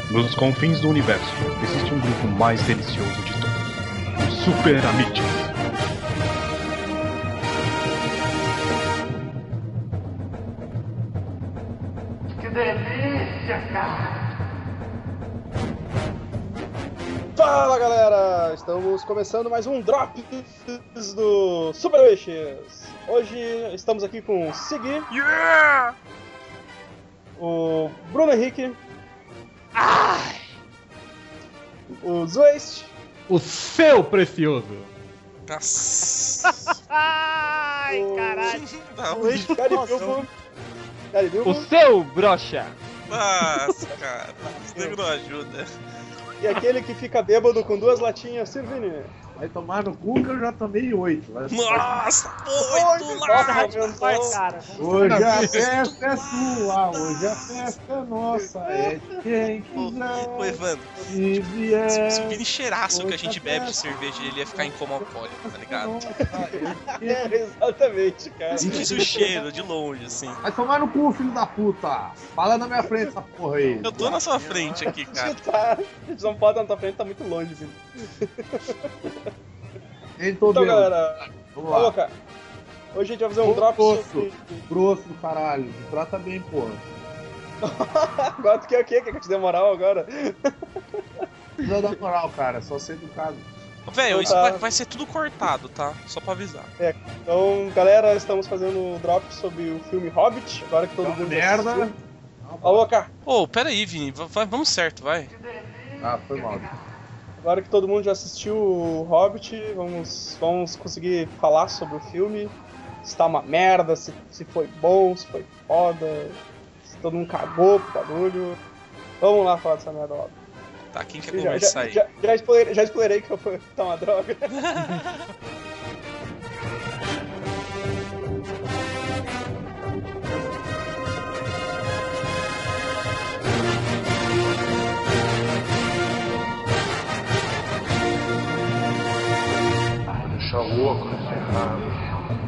Nos confins do universo, existe um grupo mais delicioso de todos. Os Super Amigos. Que delícia, cara! Fala, galera! Estamos começando mais um Drops do Super Wishes. Hoje estamos aqui com o Sigui, o Bruno Henrique, o Zwaist, O seu precioso. Ai, caralho. Gary Bilbo, O seu brocha. Nossa, cara. Isso nego não ajuda. e aquele que fica bêbado com 2 latinhas, Sirvini. Vai tomar no cu que eu já tomei 8. Nossa, Nossa, lá. Cara, Hoje a festa é sua, hoje a festa é nossa. É de quem quiser. Ô, Evandro, Se vier. se o Vini cheirasse o que a gente bebe de cerveja, ele ia ficar em coma alcoólico, tá ligado? Exatamente, cara. Sentisse o cheiro de longe, assim. Vai tomar no cu, filho da puta. Fala na minha frente essa porra aí. Eu tô na sua frente aqui, cara. A gente não pode estar na tua frente, tá muito longe, Vini. Nem tô Então, vendo. galera, Vamos falou, lá. cara. Hoje a gente vai fazer um drop Grosso, sobre... grosso do caralho. Me trata bem, porra. Agora tu quer o quê? Quer que eu te dê moral agora? Precisa dar moral, cara. Só ser educado. Velho, isso Tá. vai ser tudo cortado, tá? Só pra avisar. Então, galera, estamos fazendo um drop sobre o filme Hobbit, agora que todo mundo já merda. assistiu. Falou, cara. Ô, pera aí, Vini. Vamos certo, vai. Ah, foi mal. Agora que todo mundo já assistiu o Hobbit, vamos conseguir falar sobre o filme. Se tá uma merda, se foi bom, se foi foda, se todo mundo cagou pro barulho. Vamos lá falar dessa merda logo. Tá, quem quer conversar aí? Já spoilerei que tá uma droga. Vai deixar louco nesse errado.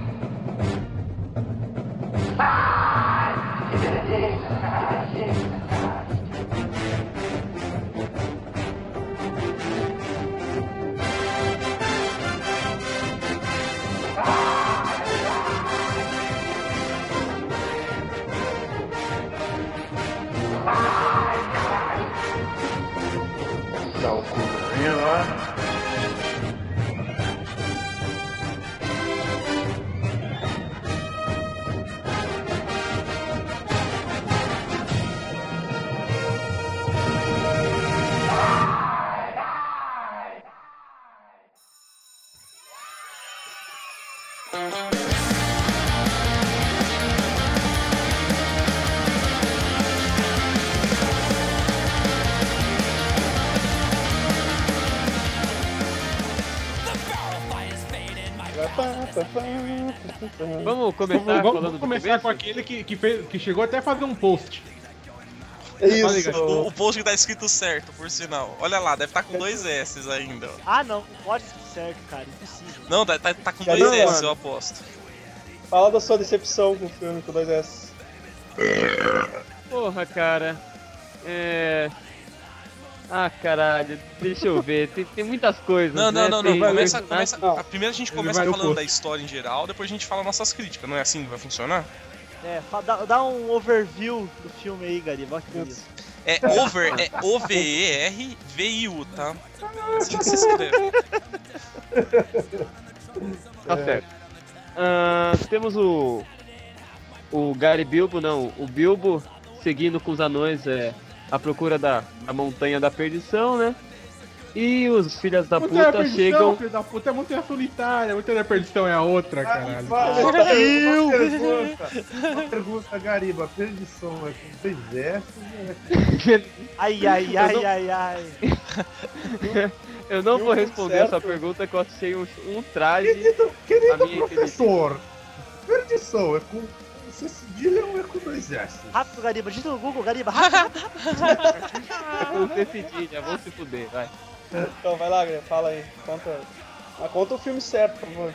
Dá o cu pra mim, lá. Vamos começar Vamos falando do começar começo? com aquele que chegou até a fazer um post. Isso. O post que tá escrito certo, por sinal. Olha lá, deve estar com 2 S ainda. Ó. Ah, não pode ser certo, cara. Impossível. Não, tá com Caramba, 2 S, mano. eu aposto. Fala da sua decepção com o filme com 2S. Porra, cara. Ah, caralho. Deixa eu ver. Tem muitas coisas. Não, né? não. Tem- Começa. Não. Primeiro a gente Ele começa vai no falando post. da história em geral, depois a gente fala nossas críticas. Não é assim que vai funcionar? Dá um overview do filme aí, Gary. Bota isso. É OVERVIU, tá? Assim que se escreve. Tá certo. Temos o Gary Bilbo, não. O Bilbo seguindo com os anões à procura da montanha da perdição, né? E os filhas da Montanha da puta Perdição, chegam. filho da puta, é Montanha Solitária. Montanha da Perdição é a outra, caralho. Uma pergunta, Gariba. Perdição é com 3 S? Ai. Eu não vou responder certo. essa pergunta que eu achei um traje. Querido A minha professor, perdição é com C cedilha ou é com 2 S? Rápido, Gariba. Digita no Google, Gariba. Rápido. Com C cedilha, vamos se fuder, vai. Então vai lá, Guilherme, fala aí. Conta o filme certo, por favor.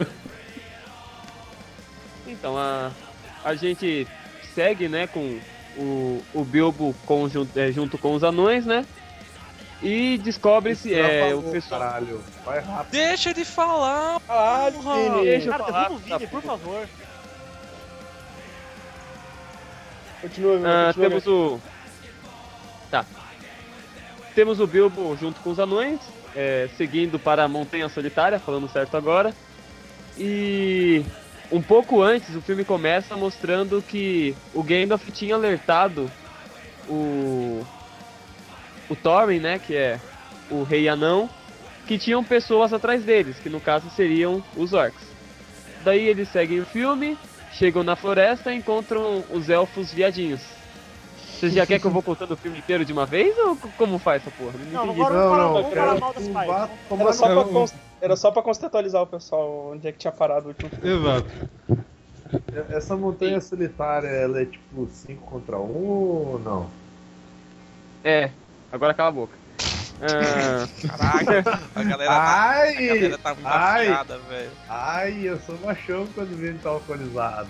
Então, a gente segue, né, com o Bilbo junto com os anões, né? E descobre-se o pessoal. Caralho, vai rápido. Deixa de falar, Caralho, porra. Vini. Deixa eu Cara, falar, derruba o Vini, por favor. Continua, Vini, temos o. Tá. Temos o Bilbo junto com os anões, seguindo para a Montanha Solitária, falando certo agora. E um pouco antes, o filme começa mostrando que o Gandalf tinha alertado o Thorin, né, que é o rei anão, que tinham pessoas atrás deles, que no caso seriam os orcs. Daí eles seguem o filme, chegam na floresta e encontram os elfos viadinhos. Vocês já querem que eu vou contando o filme inteiro de uma vez ou como faz essa porra? Não, entendi. agora vamos cara, falar mal das tu partes. vai tomar Era só, no- pra era só pra contextualizar o pessoal onde é que tinha parado o último filme. Exato. Essa montanha solitária, ela é tipo 5 contra 1 ou não? Agora cala a boca. Caraca, a galera tá muito ai. afiada, velho. Ai, eu sou machão quando o tá alcoolizado.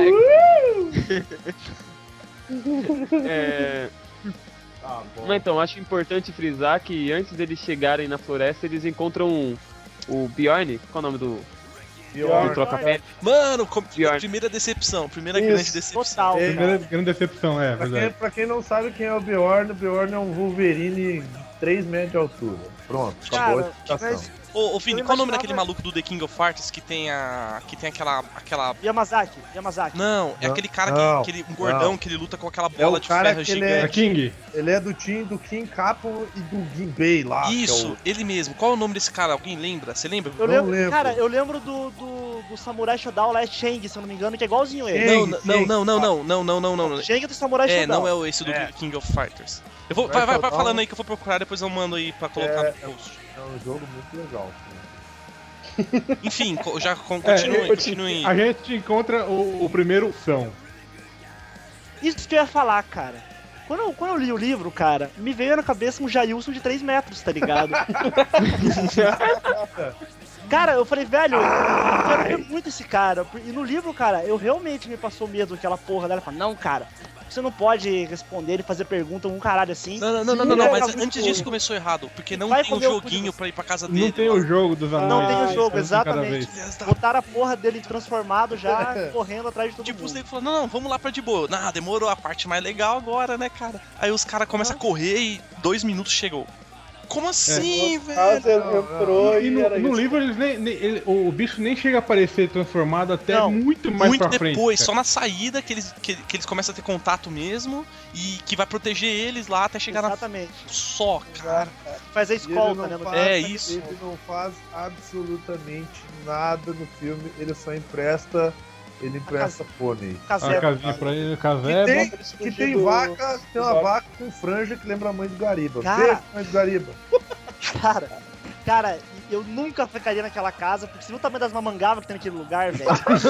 Tá bom. Mas então, acho importante frisar que antes deles chegarem na floresta, eles encontram o Bjorn, qual é o nome do Pior. troca-pé? Mano, Pior. primeira decepção, primeira Isso, grande decepção. Total. É, Primeira grande decepção, Pra verdade. quem não sabe quem é o Bjorn é um Wolverine de 3 metros de altura. Pronto, acabou a Cara, explicação. mas Ô, Vini, Eu qual o nome imaginava- daquele maluco do The King of Hearts que tem aquela... Yamazaki. Não, é Não, aquele cara, não, um gordão não. que ele luta com aquela É bola o de cara ferro que ele A gigante. King? Ele é do time do Kim Capon e do Ginbei lá. que é Isso, o- ele mesmo. Qual é o nome desse cara? Alguém lembra? Você lembra? Eu Não lembro, lembro. cara, eu lembro do Samurai Shodown lá, é Shang, se eu não me engano, que é igualzinho ele. Shang. Não. Shang do Samurai Shodown. Não é esse do É. King of Fighters. Eu vou, Vai vai Shodown. falando aí que eu vou procurar, depois eu mando aí pra colocar É, no post. É um jogo muito legal. Enfim, É, continuem. A gente encontra o primeiro São. Isso que eu ia falar, cara. Quando eu li o livro, cara, me veio na cabeça um Jailson de 3 metros, tá ligado? Cara, eu falei, velho, eu quero ver muito esse cara. E no livro, cara, eu realmente me passou medo aquela porra dela. Eu falei, não, cara, você não pode responder e fazer pergunta um caralho assim. Não, mas Sim, antes muito disso começou errado, porque não Vai tem um comer o cu de joguinho você. pra ir pra casa dele. Não tem o jogo dos anões. Não tem o jogo, um de cada exatamente. vez. Botaram a porra dele transformado já, correndo atrás de todo Tipo, os mundo. negros falaram, não, vamos lá pra de boa. Não, demorou a parte mais legal agora, né, cara? Aí os caras começam a correr e 2 minutos chegou. Como assim, velho? Caso entrou E e no, era no isso. livro o bicho nem chega a aparecer transformado até Não, muito mais Muito pra frente. depois, cara. só na saída que eles começam a ter contato mesmo e que vai proteger eles lá até chegar Exatamente. na. Só, cara. Faz a E ele escolta, não né? no faz- É isso. Ele não faz absolutamente nada no filme, ele só empresta. Ele empresta pônei. A caseiro. casinha pra ele, Que casé. tem, Eles que fugiram tem do- vaca, tem uma dos vaca com franja que lembra a mãe do Gariba. Cara. Beijo, mãe do Gariba. Cara, eu nunca ficaria naquela casa, porque você viu o tamanho das mamangavas que tem naquele lugar, velho?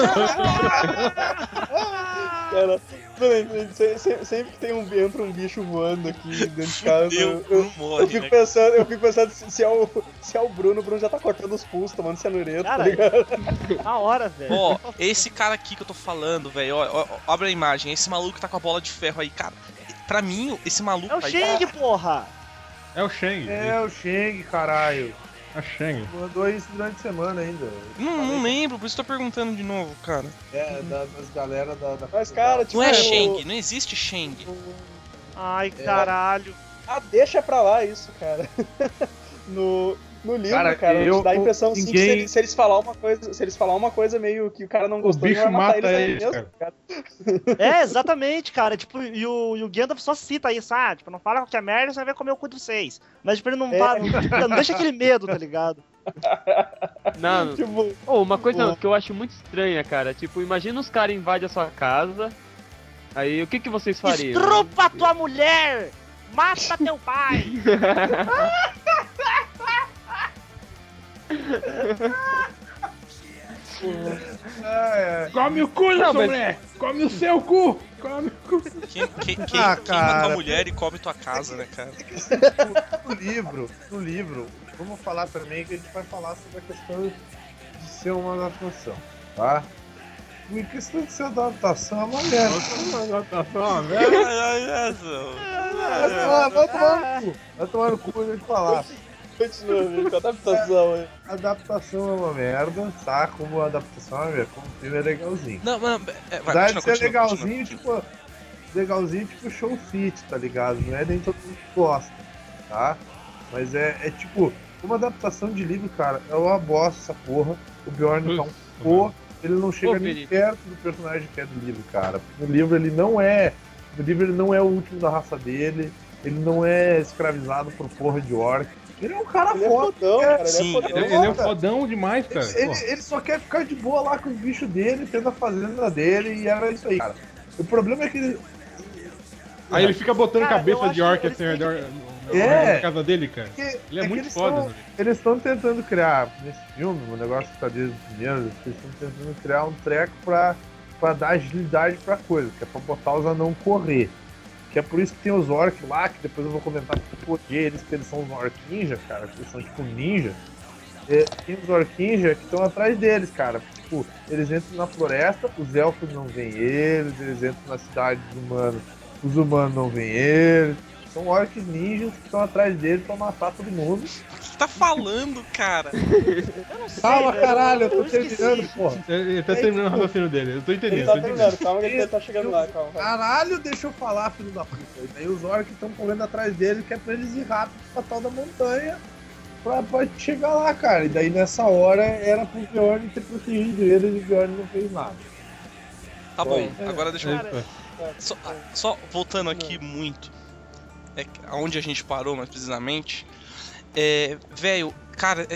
Cara, sempre que entra um bicho voando aqui dentro de casa, Fudeu, eu não morre, fico né? pensando se é o Bruno já tá cortando os pulsos, tomando cianureto, tá Cara, ligado? Na hora, velho. Ó, esse cara aqui que eu tô falando, velho, ó, abre a imagem, esse maluco tá com a bola de ferro aí, cara. Pra mim, esse maluco É o aí. Shang, porra! É o Shang. É o Shang, caralho. É o Shang. Mandou isso durante a semana ainda. Não lembro, por isso tô perguntando de novo, cara. É, das galera da. Mas, cara, tipo, Não é o- Shang, não existe Shang. Ai, caralho. deixa pra lá isso, cara. No livro, Cara, cara, eu- dá a impressão assim, ninguém- que se eles falar uma coisa meio que o cara não O gostou, ele bicho vai matar mata aí eles, mesmo, cara. É, exatamente, cara. Tipo, e o Gandalf só cita isso, tipo, não fala qualquer merda, você vai comer o cu de vocês. Mas, tipo, ele não, não deixa aquele medo, tá ligado? Não, Tipo, uma coisa que eu acho muito estranha, cara. Tipo, imagina os caras invadem a sua casa. Aí o que vocês fariam? Estrupa tua mulher! Mata teu pai! Come o cu, Não, sua mas- mulher! Come o seu cu! Come o cu! Quem Ah, queima cara. tua mulher e come tua casa, né, cara? No livro, vamos falar também que a gente vai falar sobre a questão de ser uma adaptação, tá? Em questão de ser adaptação, é uma merda. Vai tomar no cu, eu vou te falar. Continua, amigo, com a adaptação aí. A adaptação é uma merda, tá? Como a adaptação é uma merda, como o filme é legalzinho. Não, mano, Apesar de ser legalzinho, tipo show fit, tá ligado? Não é nem todo mundo que gosta, tá? Mas é tipo, uma adaptação de livro, cara, é uma bosta essa porra. O Bjorn tá um pô, ele não chega nem perto do personagem que é do livro, cara. Porque no livro ele não é o último da raça dele, ele não é escravizado por porra de orc. Ele é um cara foda, fodão, cara. Sim, Ele é um fodão demais, cara. Ele só quer ficar de boa lá com os bichos dele, tendo a fazenda dele, e era isso aí, cara. O problema é que ele... Aí ele fica botando Cara, cabeça eu de acho orc que assim eles na casa dele, cara. Porque Ele é que muito eles foda, tão- né? Eles estão tentando criar, nesse filme, o negócio que tá desde o primeiro, eles estão tentando criar um treco pra dar agilidade pra coisa, que é pra botar os anão correr. Que é por isso que tem os orcs lá, que depois eu vou comentar porque eles são os orc ninja, cara, que eles são tipo ninja. Tem os orc ninja que estão atrás deles, cara. Tipo, eles entram na floresta, os elfos não veem eles entram na cidade dos humanos, os humanos não veem eles. São orcs ninjas que estão atrás deles pra matar todo mundo. O que você tá falando, cara? Eu não sei, Calma, velho, caralho, eu tô esqueci. terminando, porra. Ele tá terminando o raciocínio dele. Eu tô entendendo. Ele tá tô entendendo. terminando, calma que ele tá chegando lá, calma. Caralho, deixa eu falar, filho da puta. E daí os orcs estão correndo atrás dele, que é pra eles ir rápido pra tal da montanha pra chegar lá, cara. E daí nessa hora era pro Bjorn ter protegido eles e o Bjorn não fez nada. Tá bom, agora deixa eu... Cara, Só voltando aqui muito, aonde a gente parou mais precisamente, velho, cara,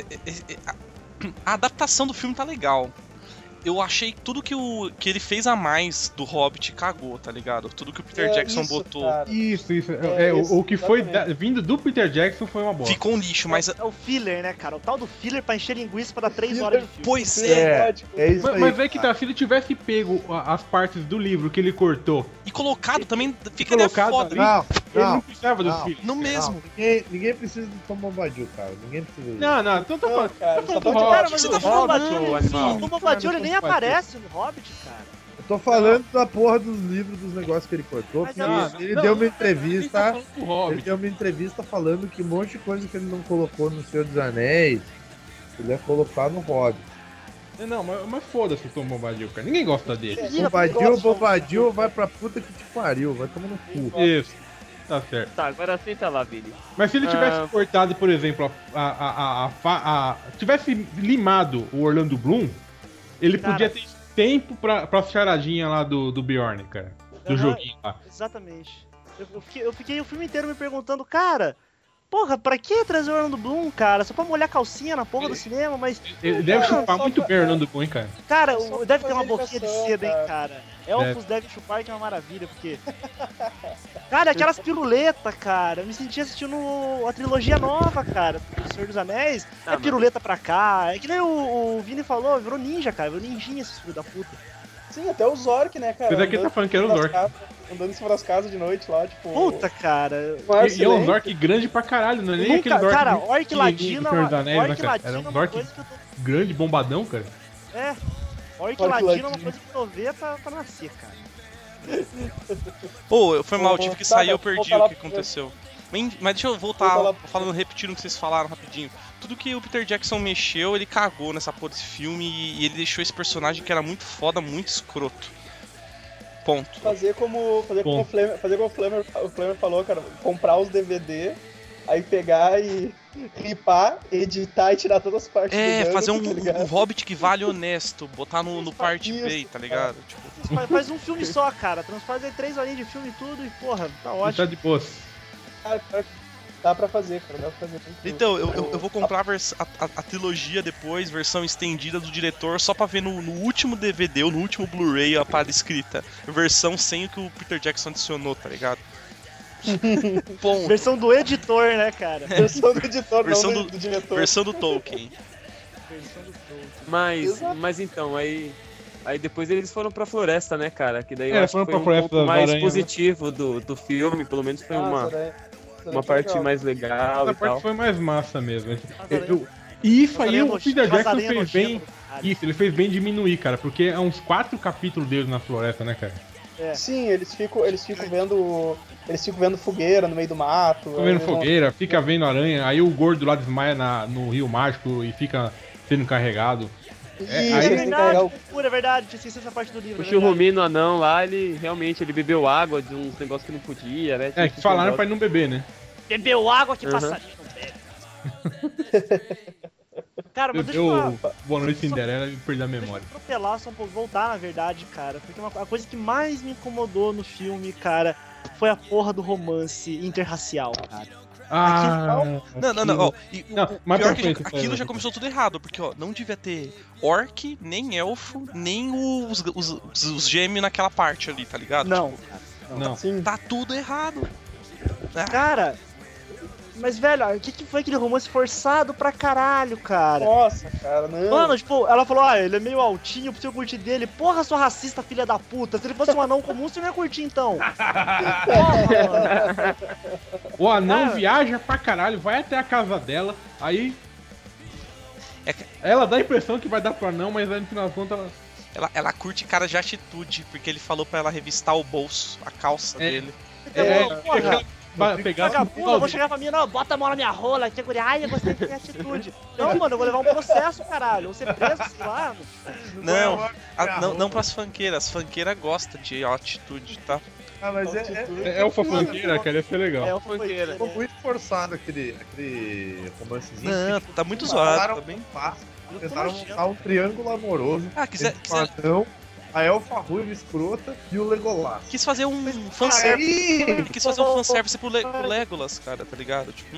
a adaptação do filme tá legal. Eu achei que tudo que ele fez a mais do Hobbit cagou, tá ligado? Tudo que o Peter Jackson isso, botou. cara. Isso. Isso, O que foi exatamente. vindo do Peter Jackson foi uma bosta. Ficou um lixo, mas... É o filler, né, cara? O tal do filler pra encher linguiça pra dar 3 horas de filme. Pois é. É isso aí. Mas é que tá, se ele tivesse pego as partes do livro que ele cortou, E colocado também, ficaria colocado foda. ali, Não, ele não não, precisava dos não. filhos. Não mesmo. Ninguém precisa de Tom Bombadil, cara. Ninguém precisa disso. Não, então tá Não, falando. cara, Tá só falando tô do de- Cara, Hobbit, mas você o tá Tom falando, Bombadil, animal? o Tom Bombadil ele nem aparece no Hobbit, cara. Eu tô falando da porra dos livros, dos negócios que ele cortou, Mas porque ele não, deu uma Ele tá entrevista. falando do Ele Hobbit. deu uma entrevista falando que um monte de coisa que ele não colocou no Senhor dos Anéis, ele ia colocar no Hobbit. Não, mas foda-se o Tom Bombadil, cara. Ninguém gosta dele. Bombadil vai pra puta que te pariu, vai tomar no cu. Isso. Tá certo. Tá, agora senta lá, Vini. Mas se ele tivesse cortado, por exemplo, tivesse limado o Orlando Bloom, ele Cara. podia ter tempo pra charadinha lá do Bjorn, cara. Do Aham. joguinho lá. Exatamente. Eu fiquei o filme inteiro me perguntando, cara, porra, pra que trazer o Orlando Bloom, cara? Só pra molhar calcinha na porra do cinema, mas, Ele deve Cara, chupar só muito pra- bem o Orlando Bloom, hein, cara. cara, Só deve ter fazer uma boquinha de animação, seda, hein, cara. cara. Elfos devem chupar, que é uma maravilha, porque... Cara, aquelas piruletas, cara, eu me senti assistindo a trilogia nova, cara, do Senhor dos Anéis. Ah, Piruleta pra cá, é que nem o Vini falou, virou ninja, cara, virou ninjinha esses filhos da puta. Sim, até os orc, né, cara? Mas aqui tá falando que era os orc. Andando em cima das casas de noite lá, tipo... Puta, cara. um ar E é um silêncio. orc grande pra caralho, não é nem Nunca, aquele orc cara, muito orc pequenininho ladino, do Senhor dos Anéis, né, orc cara? ladino Era é um uma orc coisa que eu tô... grande, bombadão, cara. É, orc Orc ladino é uma ladino. coisa que eu tô vendo pra nascer, cara. Pô, foi mal, tive que Tá, sair, eu vou perdi falar o que pra- aconteceu. Mas deixa eu Vou voltar falar- falando, repetindo o que vocês falaram rapidinho. Tudo que o Peter Jackson mexeu, ele cagou nessa porra desse filme e ele deixou esse personagem que era muito foda, muito escroto. Ponto. Fazer como Bom. o Flamer falou, cara, comprar os DVD, aí pegar e clipar, editar e tirar todas as partes do Fazer Gandalf, tá um ligado? Hobbit que vale honesto, botar no Part Isso, B, tá ligado? Tipo, Faz um filme só, cara. Transfaz aí 3 horinhas de filme e tudo e, porra, tá Ele ótimo. tá de boas. Cara, dá pra fazer, cara, dá pra fazer. então, eu vou comprar a trilogia depois, versão estendida do diretor, só pra ver no último DVD ou no último Blu-ray a parada escrita. Versão sem o que o Peter Jackson adicionou, tá ligado? Ponto. Versão do editor, né, cara? Versão do editor, Versão não do- do diretor. Versão do Tolkien. Versão do Tolkien. Mas então, aí depois eles foram pra floresta, né, cara? Que daí eu É, acho foram que foi pra um floresta ponto das mais aranhas, né? positivo do filme, pelo menos foi uma Nossa, né? parte mais legal Essa e tal. parte foi mais massa mesmo. E isso aí Aranha o Peter Jackson aranha fez bem. nojento, cara. Isso, ele fez bem diminuir, cara, porque é uns 4 capítulos deles na floresta, né, cara? É. Sim, eles ficam vendo. Eles ficam vendo fogueira no meio do mato. Fica vendo fogueira, fica vendo aranha, aí o gordo lá desmaia no Rio Mágico e fica sendo carregado. Isso, aí- É eles têm que verdade, carregar o. loucura, é verdade. Tinha esquecido essa parte do livro. O é verdade. Churrumino anão lá, ele realmente ele bebeu água de uns negócios que não podia, né? É, que falaram pra ele não beber, né? Bebeu água que Uhum. passarinho não bebe. Cara, mas deixa eu Bebeu falar. Boa Noite Cinderela e perdeu a memória. Deixa eu atropelar só um pouco, voltar na verdade, cara. Porque a coisa que mais me incomodou no filme, cara, foi a porra do romance interracial, cara. Ah, Não. Ó, e Não, o mais pior pra que frente, aquilo Fred. já começou tudo errado, porque ó, não devia ter orc, nem elfo, nem os gêmeos naquela parte ali, tá ligado? Não, Tipo, cara. Não. Sim. tá tudo errado. Cara, mas velho, o que foi aquele romance forçado pra caralho, cara? Nossa, cara, não. Mano, tipo, ela falou, ele é meio altinho, eu preciso curtir dele. Porra, sua racista, filha da puta. Se ele fosse um anão comum, você não ia curtir, então. Porra, mano. O anão Cara. viaja pra caralho, vai até a casa dela, aí. É que- Ela dá a impressão que vai dar pro anão, mas aí no final das contas ela. Ela curte cara de atitude, porque ele falou pra ela revistar o bolso, a calça É. dele. Porra, Vai pegar vagabundo, eu vou chegar pra mim, não, bota a mão na minha rola aqui, guria. Ai, eu gostei de ter atitude. Não, mano, eu vou levar um processo, caralho. Eu vou ser preso, sei lá. Não, não pras funkeiras. As funkeiras gostam de atitude, tá? Ah, mas É o fofanqueira, cara, ia ser legal. É o Funkeira. Ficou muito forçado aquele romancezinho. Não, tá muito Eles zoado falaram também. fácil. Tentaram montar um triângulo amoroso. Quiser, entre o anão, a elfa ruiva escrota e o Legolas. quis fazer um Aí, fanservice. Quis fazer um fanservice pro Legolas, cara, tá ligado? Tipo,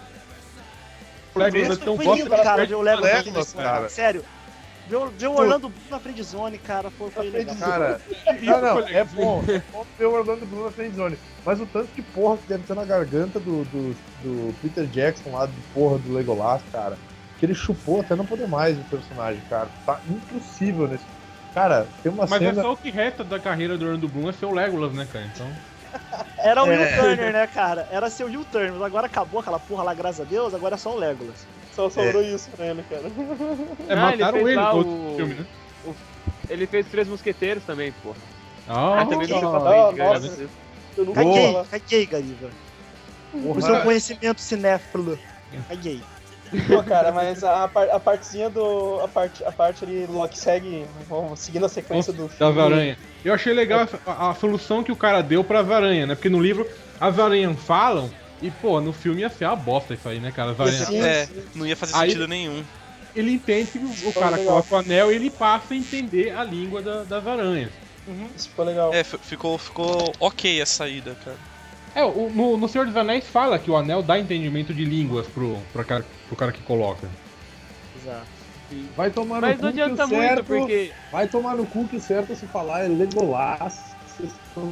O Legolas é tão Foi bosta lindo, cara, ver o Legolas Legolas, cara. Sério. Ver o Orlando Bloom na friendzone, cara, foi legal. Cara, não, é bom ver o Orlando Bloom na friendzone. Mas o tanto de porra que deve ter na garganta do Peter Jackson lá, do porra do Legolas, cara. Que ele chupou até não poder mais o personagem, cara. Tá impossível nesse. Cara, tem uma Mas é cena. só o que resta da carreira do Orlando Bloom é ser o Legolas, né, cara? Então. Era o Will Turner, né, cara? Era seu Will Turner, mas agora acabou aquela porra lá, graças a Deus, agora é só o Legolas. Só sobrou isso pra ele, cara. Mataram ele fez ele lá no outro filme, né? Ele fez Três Mosqueteiros também, pô. Ah, Também não. não Nossa. Eu nunca Caguei, falar. caguei, Gariba. O seu Porra, conhecimento cinéfilo. Caguei. Pô, cara, mas a partezinha do. A parte ali que segue. Vamos seguindo a sequência do filme. das aranhas. Eu achei legal a solução que o cara deu pras aranhas, né? Porque no livro as aranhas falam e, pô, no filme ia ser uma bosta isso aí, né, cara? As aranhas. Sim, É, sim. não ia fazer Aí- sentido nenhum. Ele entende que o cara legal. coloca o anel e ele passa a entender a língua das aranhas. Isso ficou legal. É, ficou ok a saída, cara. No Senhor dos Anéis fala que o anel dá entendimento de línguas pro cara que coloca. Exato. vai tomar no Mas cu não que adianta o muito, certo. porque. Vai tomar no cu que o certo é se falar é Legolas. Vocês estão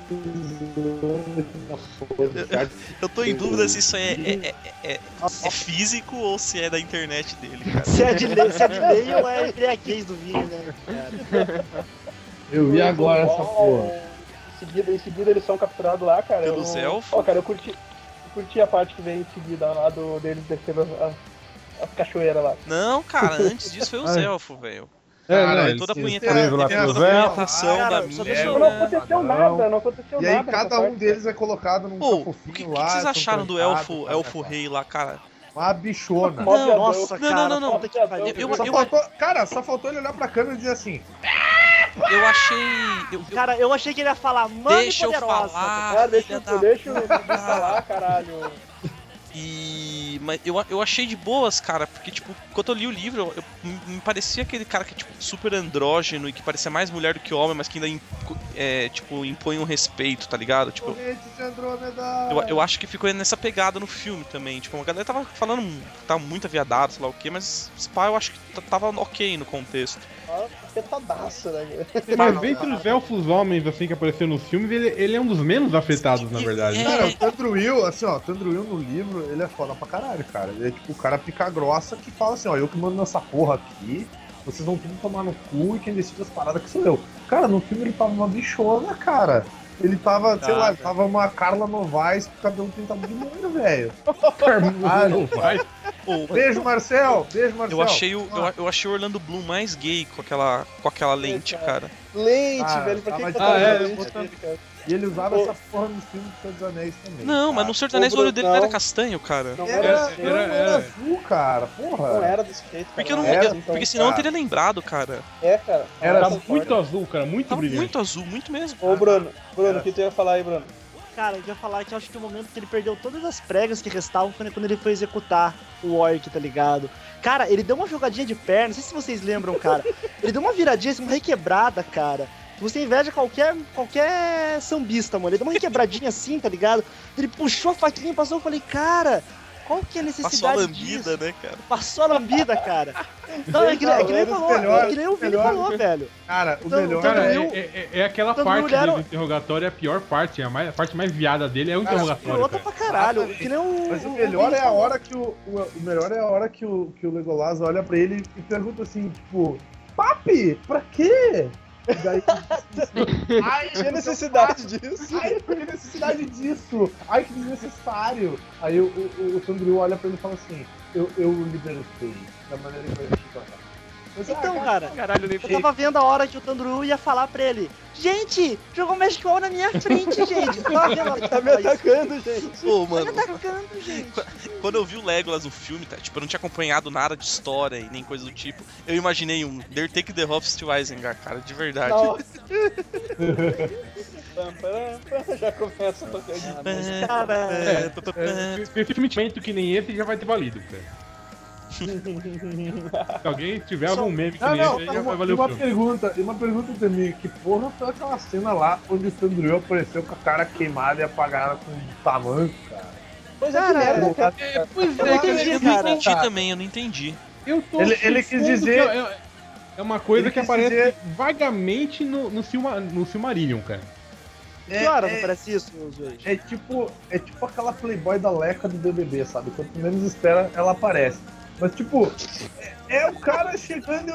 Eu tô em dúvida se isso é físico ou se é da internet dele, cara. Se é de lei ou é embriaguez do Vini, né, cara? Eu vi agora essa porra. Em seguida eles são capturados lá, cara. Pelos elfos? Ó, cara, eu curti a parte que vem em seguida lá deles descendo as cachoeiras lá. Não, cara, antes disso foi os Ai. elfos, velho. Cara, toda a eles punheta, escrevem lá teve a pelos toda a elfos. punhetação Cara, da só minha. deixa eu- Não aconteceu nada, não aconteceu E nada. aí cada nessa um parte. deles é colocado num Pô, o cafofinho que lá. vocês são acharam do trancados, elfo rei lá, cara? Uma bichona. Mó viadão. Nossa, Não, cara, não, não. puta que pariu. Eu- Só faltou, cara, só faltou ele olhar pra câmera e dizer assim: Eu achei. Cara, eu achei que ele ia falar mãe Deixa eu poderosa. falar. Ah, deixa eu filha da- falar, caralho. Mas eu achei de boas, cara, porque, tipo, quando eu li o livro, me parecia aquele cara que, tipo, super andrógeno e que parecia mais mulher do que homem, mas que ainda, tipo, impõe um respeito, tá ligado? Tipo, Corrente de Andrômeda. eu acho que ficou nessa pegada no filme também. Tipo, a galera tava falando que tava muito aviadado, sei lá o que, mas esse pá eu acho que tava ok no contexto. Afetadaço, né? Mas dentre os elfos homens, assim, que apareceu nos filmes, ele é um dos menos afetados, na verdade. Cara, o Tandruil, assim, ó, o Tandruil no livro, ele é foda pra caralho, cara. Ele é tipo o cara pica grossa que fala assim, ó, eu que mando nessa porra aqui, vocês vão tudo tomar no cu e quem decide as paradas que sou eu. Cara, no filme ele tava uma bichona, cara. Ele tava, sei lá, ele tava uma Carla Novaes com cabelo pintado de loiro, velho. Ah, não vai. Beijo, Marcel! Beijo, Marcel! Eu achei o Orlando Bloom mais gay com aquela lente, cara. Lente, Ah, velho, pra que tava que de- tá é, lente botando- dele, cara? E ele usava essa porra no filme do Senhor dos Anéis também. Não, mas no Senhor dos Anéis o olho dele não era castanho, cara. Não Era, era, era azul, cara. Porra. não era desse jeito, cara. Porque, eu não, Era, eu- porque senão eu teria lembrado, cara. Cara. Era Não, Tava muito azul, cara, muito Tava brilhante. muito azul, muito mesmo. Ô, Bruno, o que tu ia falar aí, Bruno? Cara, eu ia falar que eu acho que o momento que ele perdeu todas as pregas que restavam foi quando ele foi executar o orc, tá ligado? Cara, ele deu uma jogadinha de perna, não sei se vocês lembram, cara. Ele deu uma viradinha, assim, uma requebrada, cara. Você inveja qualquer sambista, mano. Ele deu uma requebradinha assim, tá ligado? Ele puxou a faquinha e passou, eu falei, cara, qual que é a necessidade Passou a lambida, disso? né, cara? Passou a lambida, cara. Não, é que nem ele falou, é que nem o Vini falou, velho. Cara, o Então, melhor então, Cara, eu- é aquela Então, parte mulher- do interrogatório, é a pior parte, a parte mais viada dele é o Cara, interrogatório, Pilota cara. pra caralho. Que nem o. Mas o melhor é a hora que o melhor é a hora que o Legolas olha pra ele e pergunta assim, tipo, papi, pra quê? E daí, ai, Tinha necessidade disso. Ai, eu tenho necessidade disso. Ai, que desnecessário. Aí o Tandril olha pra ele e fala assim, eu libertei da maneira que eu te contar. Então, cara, Caralho, nem eu tava vendo a hora que o Tanduru ia falar pra ele: gente, jogou Magic Ball na minha frente, gente. Eu tava vendo a hora que Tá ele me falou isso. atacando, gente. Pô, Tá me mano, atacando, gente. quando eu vi o Legolas no filme, tá, tipo, eu não tinha acompanhado nada de história e nem coisa do tipo. Eu imaginei um There Take the Hobbs to Isengard, cara, de verdade. Nossa. Já começa a tocar de Cara, Se esse momento que nem esse já vai ter valido, cara. Se alguém tiver algum meme que Não, nem não, esse, aí já vai uma valer o filme. pergunta também, que porra foi aquela cena lá onde o Tandril apareceu com a cara queimada e apagada com tamanco, cara? Pois é, que merda, cara. Pois Eu é, não que entendi, Eu não cara. entendi também, eu não entendi. eu tô Ele quis supondo dizer- que é uma coisa ele que quis aparece dizer- vagamente no Silmarillion, cara. que horas aparece isso, meus velhos? É tipo aquela Playboy da Leca do BBB, sabe? Quanto menos espera, ela aparece. Mas tipo, é o cara chegando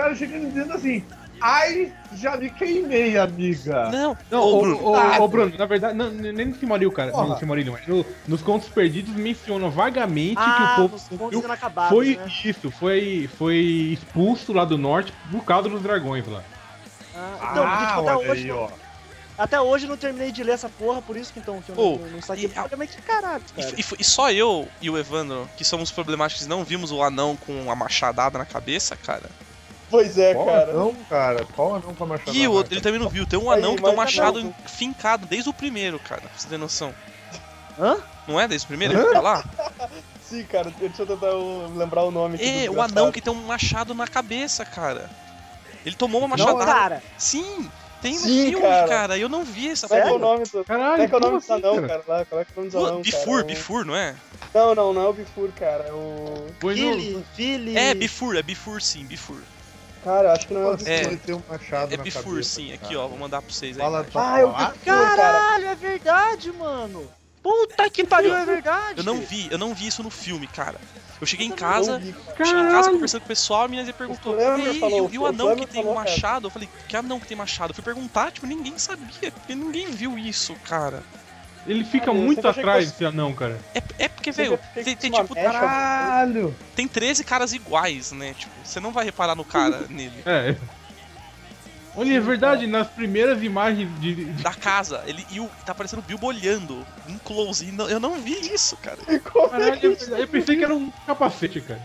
e dizendo assim, ai, já me queimei, amiga. Não, Não, ô, ô, Bruno, ô, Bruno, na verdade, nem no Silmarillion, cara. Porra. No Silmarillion, nos Contos Perdidos menciona vagamente que Ah, o povo os pontos viu- inacabados, foi né? isso, foi expulso lá do norte por causa dos dragões lá. Então, porque, tipo, até olha hoje, aí, ó. até hoje eu não terminei de ler essa porra, por isso que então que eu Pô, não saquei. e a- Mas que caralho, cara. E só eu e o Evandro, que somos problemáticos, não vimos o anão com a machadada na cabeça, cara. Pois é, Qual cara. anão, cara? Qual anão com a machadada? E o outro, ele também não viu. Tem um anão Aí, que tem um mas machado não. fincado desde o primeiro, cara. Pra você ter noção. Hã? Não é desde o primeiro? Ele fica lá? Sim, cara, deixa eu tentar lembrar o nome aqui. É, do o anão desgraçado. que tem um machado na cabeça, cara. Ele tomou uma Não, machadada. cara. Sim, tem no Sim, filme, cara. cara. Eu não vi essa Qual é que é o porra. nome do... Caralho, Qual é que é o nome como do anão, assim, cara? Lá, qual é que é o nome do anão, Bifur, cara? Bifur, não é? Não é o Bifur, cara. É o... Foi no... Philly. É, Bifur sim, Bifur. Cara, acho que não é o Nossa, Bifur. É. ele tem um machado É na Bifur cabeça, sim, aqui cara. ó, vou mandar pra vocês aí. Fala, cara. fala. Ah, é o Bifur, cara. Caralho, é verdade, mano. Puta que pariu, é verdade. Eu não vi isso no filme, cara. Eu cheguei em Não casa, vi, cara. cheguei em casa conversando com o pessoal, a menina perguntou, O Flammer "Ei, falou, e o o anão Flammer que tem um falou, cara." machado?" Eu falei, que anão que tem machado? Eu fui perguntar, tipo, ninguém sabia, porque ninguém viu isso, cara. Ele fica Cara, eu muito sempre achei que atrás fosse- desse anão, cara. É porque, Sempre velho, achei que tem fosse tipo, uma mecha, Caralho! tem 13 caras iguais, né? Tipo, você não vai reparar no cara nele. É. Olha, é verdade, nas primeiras imagens de. Da casa, tá aparecendo o Bilbo olhando, um close, e eu não vi isso, cara. Caralho, eu pensei que era um capacete, cara.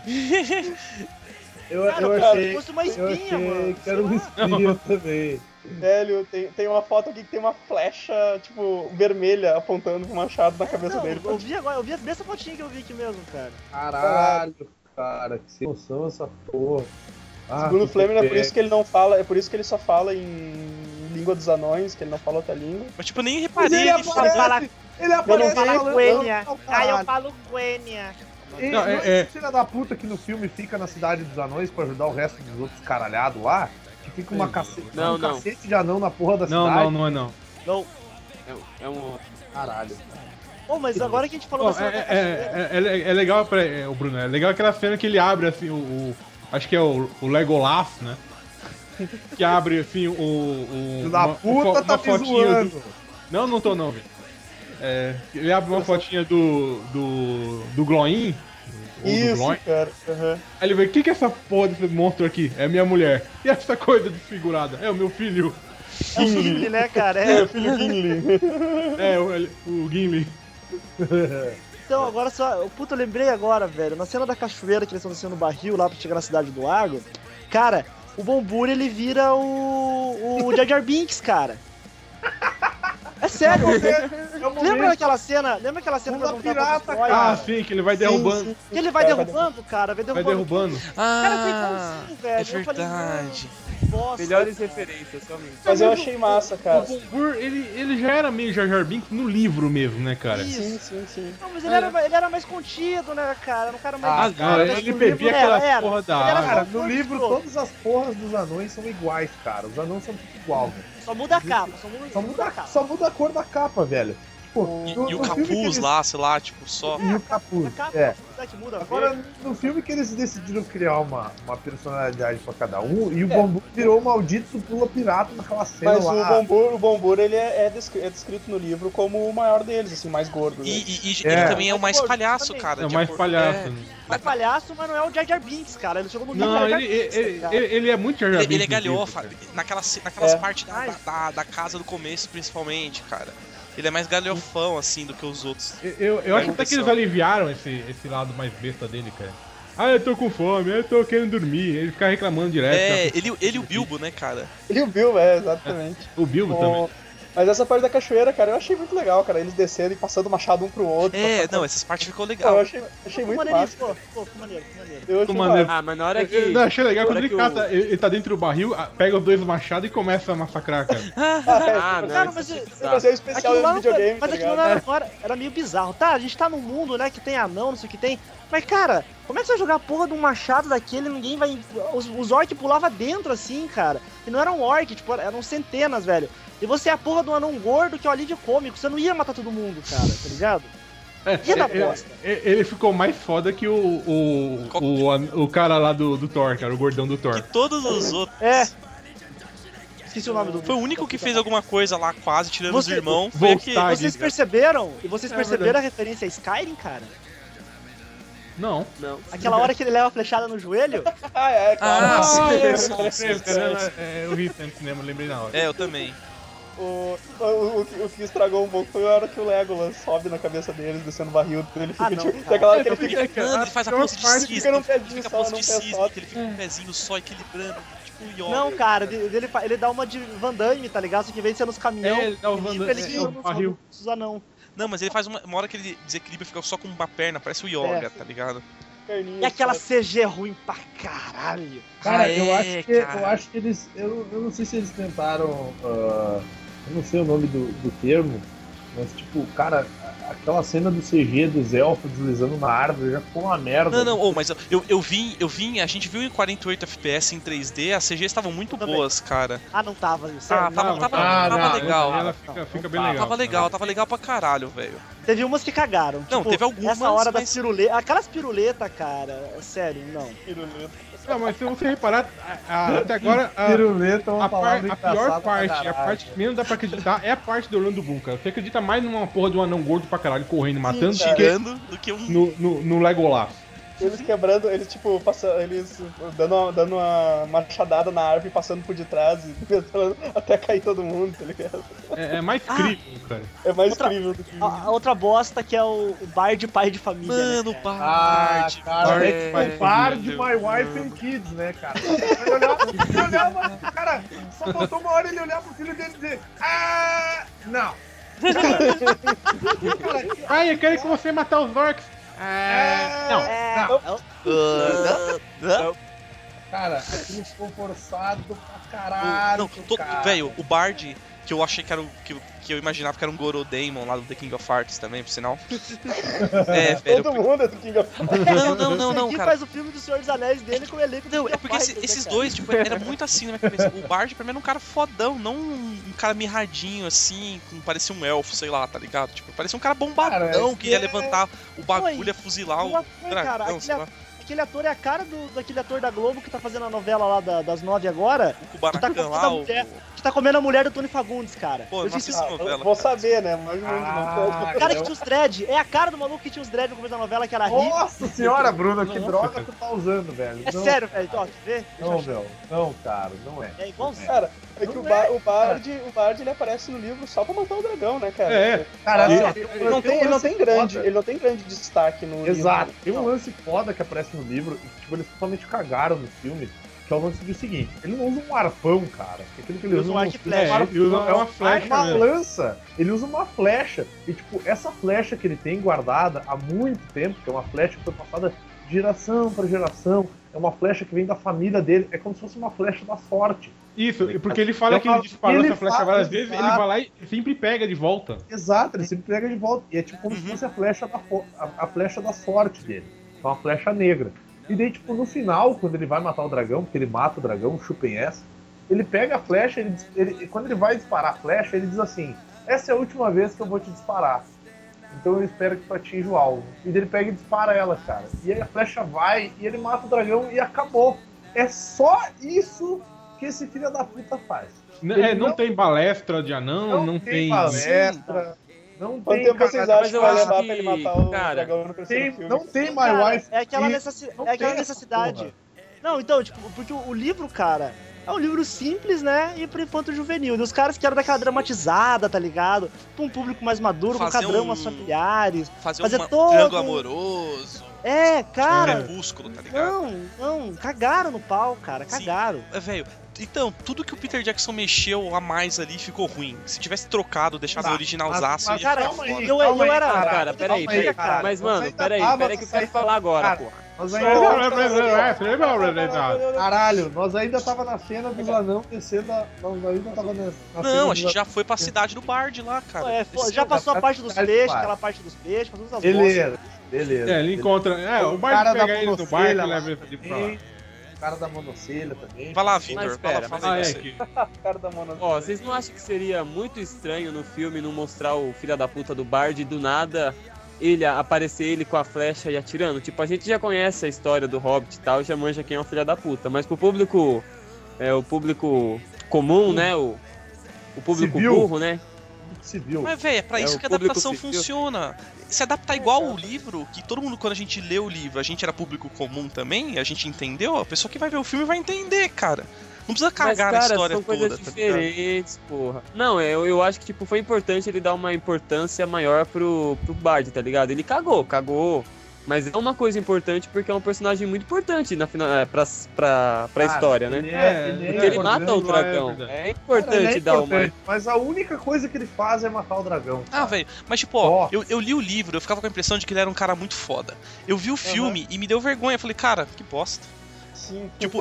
Eu Cara, achei. fosse uma Eu espinha, achei mano. que era um espinho também. Velho, tem uma foto aqui que tem uma flecha, tipo, vermelha apontando pro machado na cabeça Não, dele. eu vi agora, eu vi essa fotinha que eu vi aqui mesmo, cara. Caralho, cara, que sem noção essa porra. Ah, Segundo o que Fleming, é por pena. isso que ele não fala, é por isso que ele só fala em língua dos anões, que ele não fala outra língua. Mas tipo, eu nem Mas reparei ele ele aparece, falar. ele aparece falo falando, Quenya. não, Ah, eu caralho. falo Quenya. E Não, não é- é esse filho da puta que no filme fica na cidade dos anões pra ajudar o resto dos outros caralhados lá? Que fica uma cacete, Não, um não. cacete de anão na porra da Não, cidade? não é não. Não. É um. Caralho. Ô, mas agora que a gente falou Ó, da cena da cachoeira. é legal, o Bruno, é legal aquela cena que ele abre assim, acho que é o Legolas, né? Que abre assim Filho da puta tá me zoando. Não tô não, velho. Ele abre uma fotinha do Gloin O do Isso, Gloin. cara. Aham. Aí ele vê, o que é essa porra desse monstro aqui? É minha mulher. E essa coisa desfigurada? É o meu filho. É o Gimli, né, cara? É, É. o filho Gimli. É, o Gimli. Então, agora só. Puta, eu lembrei agora, velho. Na cena da cachoeira que eles estão descendo no barril lá pra chegar na cidade do Argo. Cara, o Bombur ele vira o Jar Jar Binks, cara. É sério. Lembra daquela cena? Lembra aquela cena Pula que eu pirata, Ah, sim, que ele vai derrubando. Que ele vai derrubando, cara? Vai Vai derrubando. derrubando. Cara, foi igualzinho, velho. É Eu falei, verdade. nossa. Melhores referências, realmente. Mas eu achei massa, O cara. Bombur, ele já era meio Jar Jar Binks no livro mesmo, né, cara? Sim, sim, sim. Não, mas ele era mais contido, né, cara? Era um cara mais. Ah, cara, ele bebia aquela porra da Ele era água. Cara, só no livro forçoso. todas as porras dos anões são iguais, cara. Os anões são tudo igual, velho. Só muda a capa, Só muda a cor da capa, velho. Tipo, E no o filme que capuz eles- lá, sei lá, tipo, só. E o capuz, A capa é. que muda. Agora, no filme que eles decidiram criar uma personalidade pra cada um, e o Bambu virou o maldito pula pirata naquela cena Mas lá. o Bombur ele é descrito no livro como o maior deles, assim, mais gordo. Né? E É. ele também é o mais Mas, pô, palhaço, também. cara. É o de mais acordo- palhaço. é. né? É palhaço, mas não é o Jar Jar Binks, cara. Ele chegou no nível Não, Jar Jar ele Binks, tá ligado? ele é muito Jar Jar Binks. Ele é no livro, galhofa, cara. naquelas É. partes da casa do começo, principalmente, cara. Ele é mais galhofão, assim, do que os outros. Eu acho até que eles aliviaram esse lado mais besta dele, cara. Ah, eu tô com fome, eu tô querendo dormir. Ele fica reclamando direto. É, tá? ele e o Bilbo, né, cara? Ele e o Bill, exatamente. O Bilbo Bom, também. Mas essa parte da cachoeira, cara, eu achei muito legal, cara. Eles descendo e passando o machado um pro outro. É, não, essas partes ficou Pô, legal. eu achei Ficou muito maneirinho, massa. ficou maneiro, ficou maneiro. Eu achei Ficou maneiro. massa. Ah, mas na hora que. Eu não, achei legal na quando hora ele que cata, ele tá dentro do barril, pega os dois machados e começa a massacrar, cara. Ah, não. Cara, isso mas é eu- bizarro. Fazer o especial Aquilo lá do não videogame, mas tá aquilo ligado? lá era meio bizarro. Tá, a gente tá num mundo, né, que tem anão, não sei o que tem. Mas, cara, como é que você vai jogar a porra de um machado daquele e ninguém vai... Os orcs pulavam dentro, assim, cara. E não eram orcs, tipo, eram centenas, velho. E você é a porra de um anão gordo que é um alívio cômico. Você não ia matar todo mundo, cara, tá ligado? Ia dar bosta. Ele ficou mais foda que o cara lá do Thor, cara, o gordão do Thor. Que todos os outros. É. Esqueci o nome do... Foi o único que fez alguma coisa lá, quase, tirando Você- os irmãos. Foi aquele. Volkswagen. Vocês perceberam? E vocês É perceberam verdade. a referência a Skyrim, cara? Não. Não. Aquela hora que ele leva a flechada no joelho? Ah, é, claro. Ah, sim, é, sim, sim, sim. eu vi sempre no cinema, lembrei na hora. É, eu também. O que estragou um pouco foi a hora que o Legolas sobe na cabeça deles, descendo o barril. Ele fica, Ah, não, tipo, cara. tem aquela hora que ele fica... Equilibrando, ele faz a pior pose de parte cisne, fica num ele pezinho fica a só, pose num de pé cisne, só. que ele fica com o pezinho só equilibrando, tipo o Yoga. Não, cara, ele dá uma de Van Damme, tá ligado? Só que em vez de ser nos caminhões, É, ele dá o Van Damme, ele é, guia o barril. nos anão. Não, mas ele faz uma hora que ele desequilibra e fica só com uma perna, parece o Yoga, É. tá ligado? E aquela CG ruim pra caralho. Cara, Ah, eu cara. acho que eles. Eu não sei se eles tentaram. Eu não sei o nome do termo, mas tipo, cara, aquela cena do CG dos elfos deslizando na árvore já ficou uma merda. Não, mas eu vi, a gente viu em 48 FPS em 3D, as CGs estavam muito Também. boas, cara. Ah, não tava, Ah, sério. tava legal. Ela fica bem legal. Tava legal pra caralho, velho. Teve umas que cagaram. Não, tipo, teve algumas, Essa hora mas- das piruletas. Aquelas piruletas, cara, sério, não. Não, mas se você reparar, até agora, Piruleta é uma palavra a pior engraçada pra parte, a caralho. parte que menos dá pra acreditar é a parte do Orlando Bloom, cara. Você acredita mais numa porra de um anão gordo pra caralho correndo, matando, do que Tirando do que um. no Legolas. Eles quebrando, eles tipo, eles dando uma machadada na árvore, passando por detrás e tentando até cair todo mundo, tá ligado? É mais crível, cara. É mais Outra- incrível do que... A outra bosta que é o Bard pai de família. Mano, né, cara? Bard. Cara, Bard, é pai, tipo par de meu My Wife and Kids, né, cara? Ele olhava, cara, só faltou uma hora ele olhar pro filho dele e dizer: Ah, não. Pai, eu quero que você matar os orcs. Não. É, Cara, aquilo ficou forçado pra caralho. cara. Velho, o Bard, que eu achei que era o. Que eu imaginava que era um Gorodaemon lá do The King of Hearts também, por sinal. É, velho. Todo mundo é do King of Não, Quem cara. faz o filme do Senhor dos Anéis dele com o elenco do Não, King é of porque Fighters, né, esses cara? dois, tipo, era muito assim na minha cabeça. O Bard, pra mim, era um cara fodão, não um cara mirradinho, assim, parecia um elfo, sei lá, tá ligado? Tipo, parecia um cara bombadão Cara, que ia é- levantar o bagulho, Foi. ia fuzilar o Não foi, cara, dragão, sei lá. aquele ator é a cara daquele ator da Globo que tá fazendo a novela lá das 9 agora. O Que tá, Kubanacan comendo lá, a mulher, que tá comendo a mulher do Tony Fagundes, cara. Pô, Eu não disse assisti isso. novela. Eu vou saber, né? Mas O cara que tinha os dread, é a cara do maluco que tinha os dread no começo da novela, que era rico. Nossa senhora, Bruno, que droga tu tá usando, velho. É Não, sério, velho. Ó, tu vê? Não, meu. Não, cara, não é. É igualzinho. Cara, é que o Bard ele aparece no livro só pra matar o dragão, né, cara? É. Cara, Ele, assim, ele não tem foda. ele não tem grande destaque no Exato. livro. Tem um lance foda que aparece no livro e tipo, eles totalmente cagaram no filme, que é o lance do seguinte, ele não usa um arpão, cara. Aquilo que ele usa um no arco e filme flecha. é Ele usa uma flecha uma mesmo. lança. Ele usa uma flecha. E tipo, essa flecha que ele tem guardada há muito tempo, que é uma flecha que foi passada de geração para geração, é uma flecha que vem da família dele, é como se fosse uma flecha da sorte. Isso, porque ele fala que ele disparou essa flecha várias vezes, ele vai lá e sempre pega de volta. Exato, ele sempre pega de volta. E é tipo como se fosse a flecha a flecha da sorte dele. É uma flecha negra. E daí, tipo, no final, quando ele vai matar o dragão, porque ele mata o dragão, chupem essa, ele pega a flecha, quando ele vai disparar a flecha, ele diz assim, essa é a última vez que eu vou te disparar. Então eu espero que tu atinja o alvo. E daí ele pega e dispara ela, cara. E aí a flecha vai, e ele mata o dragão e acabou. É só isso que esse filho da puta faz. Não tem balestra de anão, não tem... palestra, não Quanto tem... tempo vocês mas acham que eu vai acho levar que, pra ele matar o cara, dragão no terceiro filme? Não tem My Cara, Wife. é aquela, e é aquela tem necessidade. essa Não, então, tipo, porque o livro, cara, é um livro simples, né? E pro infanto juvenil. E os caras que eram daquela dramatizada, tá ligado? Pra um público mais maduro, Fazer com dramas familiares. Fazer um todo- triângulo amoroso, É, cara. crepúsculo, tá ligado? Não, cagaram no pau, cara, Sim. cagaram. É, velho, então, tudo que o Peter Jackson mexeu a mais ali ficou ruim. Se tivesse trocado, deixado Tá, o originalzaço, mas, ia cara, ficar calma foda. aí, eu calma aí, era- cara. Cara, peraí, Calma aí, cara. Mas, mano, ainda peraí tava que eu quero falar agora, cara, porra. Nós É, Caralho, nós ainda tava na cena dos anão descendo nós ainda tava na cena Não, a dos gente já foi pra cidade do Bard lá, cara. É, Desceu. já passou a parte dos Cara, peixes, para. aquela parte dos peixes, passou as Beleza, beleza. Ele encontra... o cara Bart da pega ele no barco e monocelha leva lá ele de pra lá. também, o cara da monocelha também. Vai lá, Mas Vitor, pera, fala Ah, aí é você. aqui. Cara da mano. Ó, vocês não acham que seria muito estranho no filme não mostrar o filho da puta do Bard e do nada aparecer ele com a flecha e atirando? Tipo, a gente já conhece a história do Hobbit e tal, já manja quem é o filho da puta, mas pro público, o público comum, né, o público Civil. burro, né? Civil. Mas, velho, é pra É, isso o que a público adaptação civil. funciona. Se adaptar igual o livro, que todo mundo, quando a gente lê o livro, a gente era público comum também, a gente entendeu, a pessoa que vai ver o filme vai entender, cara. Não precisa Mas, cagar cara, na história são toda, coisas tá ligado? diferentes, porra. Não, eu acho que, tipo, foi importante ele dar uma importância maior pro Bard, tá ligado? Ele cagou. Mas é uma coisa importante porque é um personagem muito importante na final, pra história, né? Ele Porque ele mata o importante, dragão. é verdade. É Cara, importante ele é dar uma. importante, mas a única coisa que ele faz é matar o dragão. Ah, velho, mas tipo, ó, Nossa. eu li o livro, eu ficava com a impressão de que ele era um cara muito foda. Eu vi o filme e me deu vergonha, eu falei, cara, que bosta. Sim, Tipo,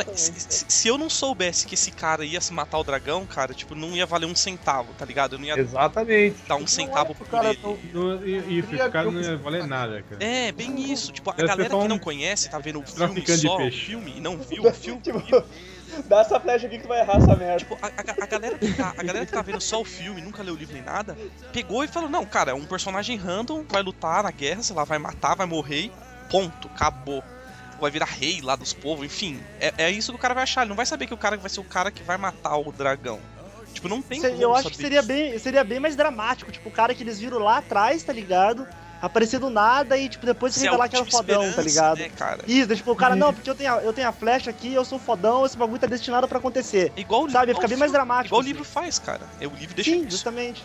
se eu não soubesse que esse cara ia se matar o dragão, cara, tipo, não ia valer um centavo, tá ligado? Eu não ia Exatamente. dar um centavo pro por ele. Isso, esse cara não ia valer nada, cara. É, bem isso. Tipo, a Deve ser galera só que um não conhece, tá vendo o filme traficante de só, o peixe. filme, e não viu o filme. Tipo, dá essa flecha aqui que tu vai errar essa merda. Tipo, a galera que tá vendo só o filme, nunca leu o livro nem nada, pegou e falou, não, cara, é um personagem random, vai lutar na guerra, sei lá, vai matar, vai morrer, ponto, acabou. Vai virar rei lá dos povos, enfim. É isso que o cara vai achar, ele não vai saber que o cara vai ser o cara que vai matar o dragão. Tipo, não tem como Eu acho que saber seria bem mais dramático, tipo, o cara que eles viram lá atrás, tá ligado? Aparecer do nada e, tipo, depois se Se é a revelar que era última fodão, tá esperança, ligado? né, cara? Isso, tipo, o cara, não, porque eu tenho a flecha aqui, eu sou fodão, esse bagulho tá destinado pra acontecer. Igual, Sabe, igual fica o bem mais filme- dramático, Igual o assim. livro faz, cara. O livro deixa Sim, isso. justamente.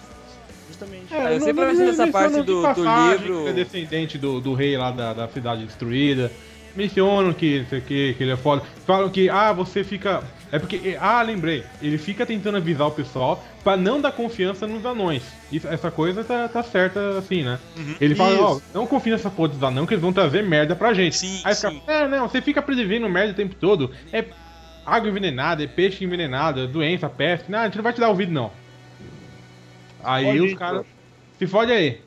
Eu sempre imagino essa parte do livro. Que é descendente do rei lá da cidade destruída. Mencionam que ele é foda. Falam que, você fica... É porque, lembrei. Ele fica tentando avisar o pessoal pra não dar confiança nos anões. Essa coisa tá certa assim, né? Uhum. Ele fala, Isso. não confia nessa porra dos anãos que eles vão trazer merda pra gente. Sim, Aí sim. fica, não, você fica prevendo merda o tempo todo. É água envenenada, é peixe envenenado, é doença, peste. Não, a gente não vai te dar ouvido, não. Aí Olha os isso. caras... Se fode aí.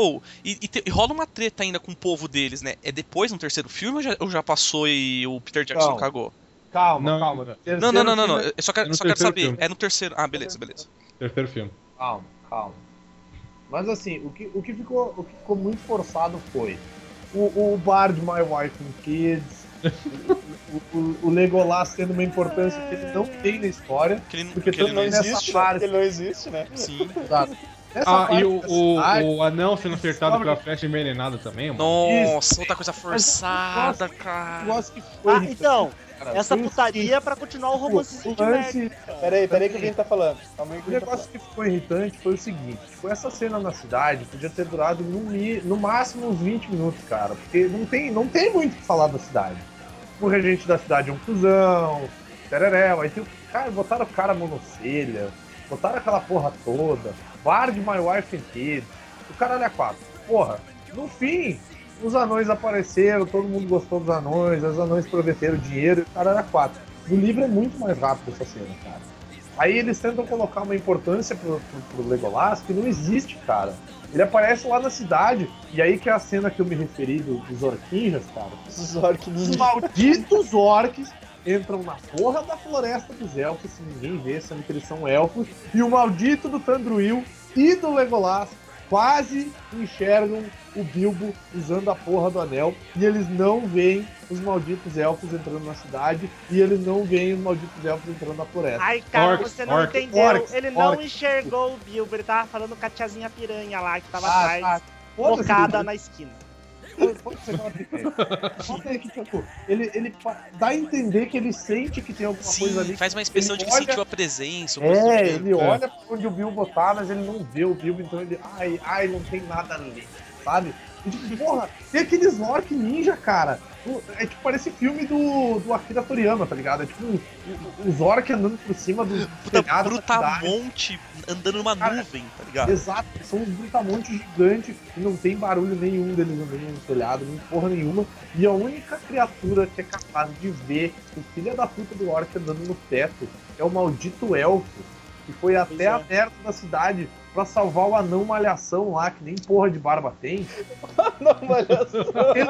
E rola uma treta ainda com o povo deles, né? É depois, no terceiro filme, ou já passou e o Peter Jackson Não. cagou? Calma. Não. Não. Terceiro Eu só quero no saber. terceiro filme. É no terceiro. Ah, beleza. Terceiro filme. Calma. Mas assim, o que ficou muito forçado foi o bar de My Wife and Kids, o Legolas tendo uma importância que ele não tem na história, porque que ele não existe, parte, ele não existe, né? Sim. exato. E o anão sendo acertado pela flecha envenenada também, mano. Nossa, outra coisa forçada, cara. Negócio que foi Então, cara, essa foi o putaria seguinte, é pra continuar o romancezinho de merda. lance, Peraí que alguém tá falando. Calma aí que o alguém tá negócio que ficou irritante foi o seguinte, tipo, essa cena na cidade podia ter durado no máximo uns 20 minutos, cara, porque não tem muito o que falar da cidade. O regente da cidade é um cuzão, tereréu, aí tem botaram o cara monocelha, botaram aquela porra toda, bar de My Wife and Kids, o caralho é 4. Porra, no fim, os anões apareceram, todo mundo gostou dos anões, os anões prometeram dinheiro, o caralho é 4. No livro é muito mais rápido essa cena, cara. Aí eles tentam colocar uma importância pro Legolas que não existe, cara. Ele aparece lá na cidade, e aí que é a cena que eu me referi dos orquinhos, cara. Os orquinhos. Os malditos orcs entram na porra da floresta dos elfos, se ninguém vê, sendo que eles são elfos, e o maldito do Thranduil e do Legolas quase enxergam o Bilbo usando a porra do anel, e eles não veem os malditos elfos entrando na cidade, e eles não veem os malditos elfos entrando na floresta. Ai, cara, Orcs, você não orcs, entendeu. orcs, Ele não orcs. enxergou o Bilbo, ele tava falando com a tiazinha piranha lá, que tava Ah, atrás, Foda-se, focada ele- na esquina. Pode ser aquela picanha. Bota aí que, tipo, ele dá a entender que ele sente que tem alguma coisa ali. Sim, faz uma expressão de que Ele olha- sentiu a presença. o gosto do É, tempo. ele olha pra onde o Bilbo tá, mas ele não vê o Bilbo, então ele. Ai, não tem nada ali, sabe? E, tipo, porra, tem aqueles orc ninja, cara. É tipo, parece filme do Akira Toriyama, tá ligado? É tipo os orc andando por cima dos Puta, telhados da cidade. brutamonte andando numa Cara, nuvem, tá ligado? Exato, são uns brutamontes gigantes e não tem barulho nenhum deles andando no telhado, nem porra nenhuma. E a única criatura que é capaz de ver o filho da puta do orc andando no teto é o maldito elfo, que foi até a merda da cidade pra salvar o anão malhação lá, que nem porra de barba tem. Não, malhação.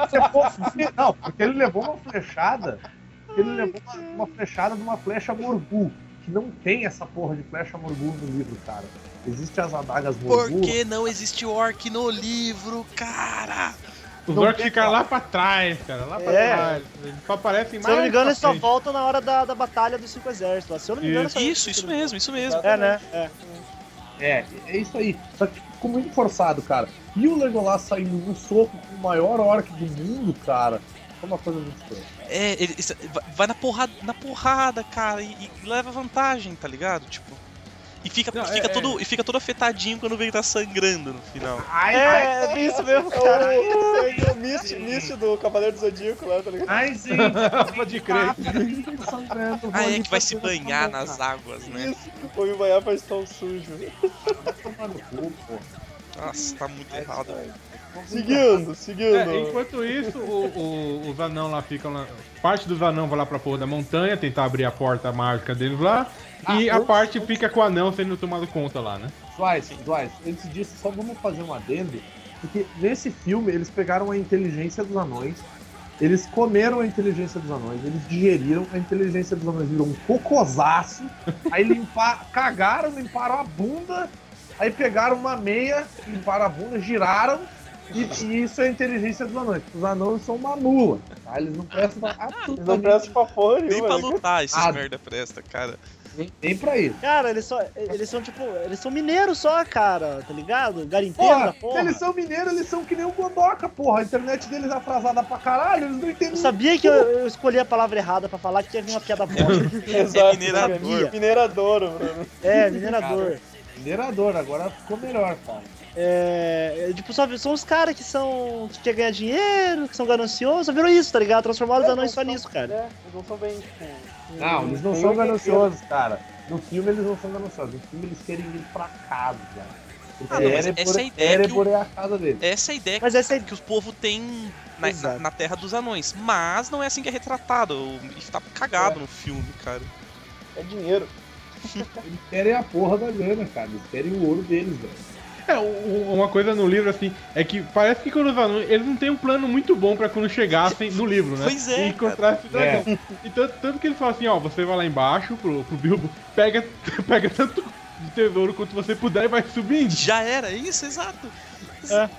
Porque ele levou uma flechada. Ele levou uma flechada de uma flecha Morgul. Que não tem essa porra de flecha Morgul no livro, cara. Existem as adagas Por Morgul. que não existe orc no livro, cara? Os Não orcs tem ficam como. lá pra trás, cara, lá pra É. trás. Eles só aparecem mais. Se eu não me engano, pra ele só frente. volta na hora da batalha dos 5 exércitos. Lá. Se eu não me engano, só Isso mesmo. É, né? É. É isso aí. Só que ficou muito forçado, cara. E o Legolas saindo no soco com o maior orc do mundo, cara, foi uma coisa muito estranha. Vai na porrada, cara, e leva vantagem, tá ligado? Tipo. E fica todo afetadinho quando vê que tá sangrando no final. É, bem isso mesmo, cara. É o Mist do Cavaleiro do Zodíaco lá, tá ligado? Ai, gente, Pode crer. sangrando. Ah, é que vai se banhar nas águas, né? Isso, o homem banhar faz tão sujo. Nossa, tá muito errado. Seguindo. Enquanto isso, os anão lá ficam lá. Parte dos anão vai lá pra porra da montanha, tentar abrir a porta mágica deles lá. E a parte fica com o anão sendo tomado conta lá, né? Dwight, antes disso, só vamos fazer um adendo, porque nesse filme eles pegaram a inteligência dos anões, eles comeram a inteligência dos anões, eles digeriram, a inteligência dos anões virou um cocosaço, aí cagaram, limparam a bunda, aí pegaram uma meia, limparam a bunda, giraram, e isso é a inteligência dos anões. Os anões são uma mula, tá? Eles não prestam pra Eles não prestam pra porra Nem pra nenhuma. lutar esses Ah. merda presta, cara. nem pra isso. Cara, eles são tipo, eles são mineiros só, cara, tá ligado? Garimpeiro da porra. Eles são mineiros, eles são que nem o Godoka, porra. A internet deles é atrasada pra caralho, eles não entendem. Eu sabia que eu escolhi a palavra errada pra falar que ia vir uma piada bosta. Exato. minerador. Mineradouro, Bruno. É, minerador. Minerador, agora ficou melhor, cara. Tipo, são os caras que quer ganhar dinheiro, que são gananciosos, só viram isso, tá ligado? Transformaram os anões só nisso, cara. Eles não são bem, tipo... Não, eles não tem são um gananciosos, cara. No filme eles não são gananciosos. No filme eles querem ir pra casa, cara. Porque Ah, não, mas essa é a ideia que Erebor é a casa deles. Essa é a ideia Mas essa é... que os povos têm Exato. na Terra dos Anões. Mas não é assim que é retratado. E tá cagado no filme, cara. É dinheiro. Eles querem a porra da grana, cara. Eles querem o ouro deles, velho. Uma coisa no livro, assim, é que parece que quando os anões, eles não têm um plano muito bom pra quando chegassem no livro, né? Pois é, E encontrar esse dragão. E tanto que eles falam assim, ó, você vai lá embaixo pro Bilbo, pega tanto de tesouro quanto você puder e vai subindo. Já era isso, exato.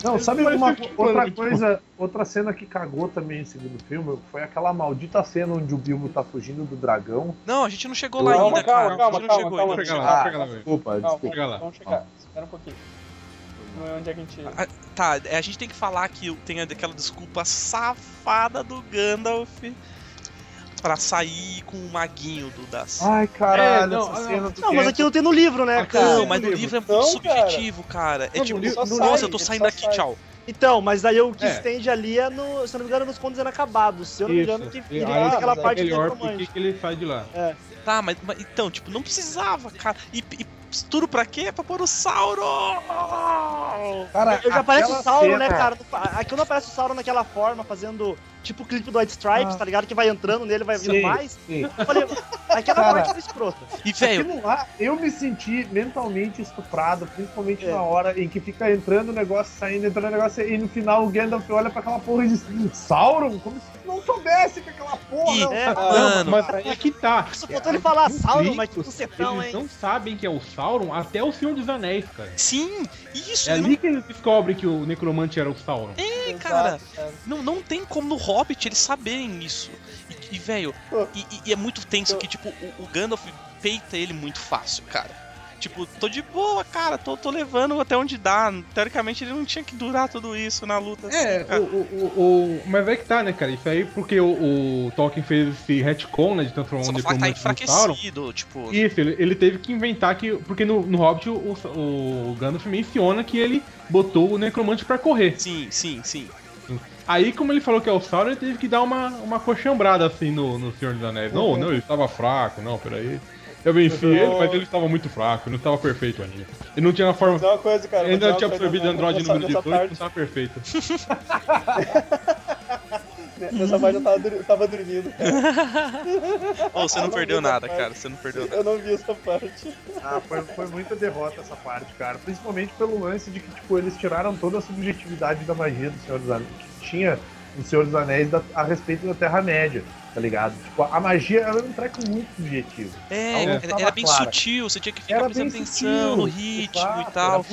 Não, sabe Mas uma eu te outra falo, coisa, outra cena que cagou também em segundo filme, foi aquela maldita cena onde o Bilbo tá fugindo do dragão. Não, a gente não chegou lá Calma, ainda, calma, cara. calma, a gente não calma, chegou calma. ainda. Chega lá, chega lá, velho. Desculpa, Calma, Chega lá. vamos chegar. Espera um pouquinho. Não é onde é que a gente... Tá, a gente tem que falar que tem aquela desculpa safada do Gandalf pra sair com o maguinho das... Ai, caralho, não, essa não. cena do Não, mas aquilo tem no livro, né, Aquilo cara? Não, mas no livro é muito Não, subjetivo, cara. É Não, tipo, no livro- só nossa, sai, eu tô ele saindo só daqui, sai. tchau. Então, mas daí o que É. estende ali é no, se eu não me engano, nos contos inacabados. Se eu não me engano, que Aí ele faz aquela mas é parte do melhor porque necromante. que ele sai de lá. Tá, mas então, tipo, não precisava, cara. E tudo pra quê? Pra pôr o Sauron! Cara, Já aparece o aquela Sauron, cena- né, cara? Aqui não aparece o Sauron naquela forma, fazendo tipo o clipe do White Stripes, tá ligado? Que vai entrando nele, vai vindo Sim, mais. sim. Eu falei, aquela Cara, parte foi escrota. E, velho, Aquilo lá, eu me senti mentalmente estuprado, principalmente É. na hora em que fica entrando o negócio, saindo, entrando o negócio, e no final o Gandalf olha pra aquela porra e diz: Sauron? Como se não soubesse que aquela porra. E- não É, tá- mano, Mas aí é que tá. Só faltou ele falar Os Sauron, mas livros, tipo secão, eles hein? não sabem que é o Sauron até o Senhor dos Anéis, cara. sim, isso, É ele ali que eles descobrem que o necromante era o Sauron. não, cara. Exato, cara. Não tem como no Hobbit eles saberem isso. E velho, Pô. e é muito tenso que, tipo, o Gandalf peita ele muito fácil, cara. Tipo, tô de boa, cara, tô levando até onde dá. Teoricamente ele não tinha que durar tudo isso na luta. É, assim, cara. mas é que tá, né, cara? Isso aí porque o Tolkien fez esse retcon, né, de transformar Só um que falar que tá necromante no Sauron. enfraquecido, tipo. Isso, ele teve que inventar que... Porque no Hobbit o Gandalf menciona que ele botou o necromante pra correr. Sim. Aí, como ele falou que é o Sauron, ele teve que dar uma coxambrada assim no Senhor dos Anéis. Não, ele estava fraco, não, peraí. Eu venci ele, mas ele estava muito fraco, ele não estava perfeito ainda. Ele não tinha a forma. Mas é uma coisa, cara. Ele mas é ainda uma tinha coisa, absorvido né, Android nessa- número nessa 18, não parte- estava perfeito. Nessa parte eu tava dormindo, cara. Ô, você não Eu perdeu vi essa nada, parte. cara. Você não perdeu nada. Eu não vi essa parte. Ah, foi muita derrota essa parte, cara. Principalmente pelo lance de que, tipo, eles tiraram toda a subjetividade da magia do Senhor dos Anéis, que tinha no Senhor dos Anéis a respeito da Terra-média, tá ligado? Tipo, a magia era um treco muito subjetivo. É, Ela era tava bem clara. sutil, você tinha que ficar Era prestando bem atenção sutil, no ritmo exato, e tal.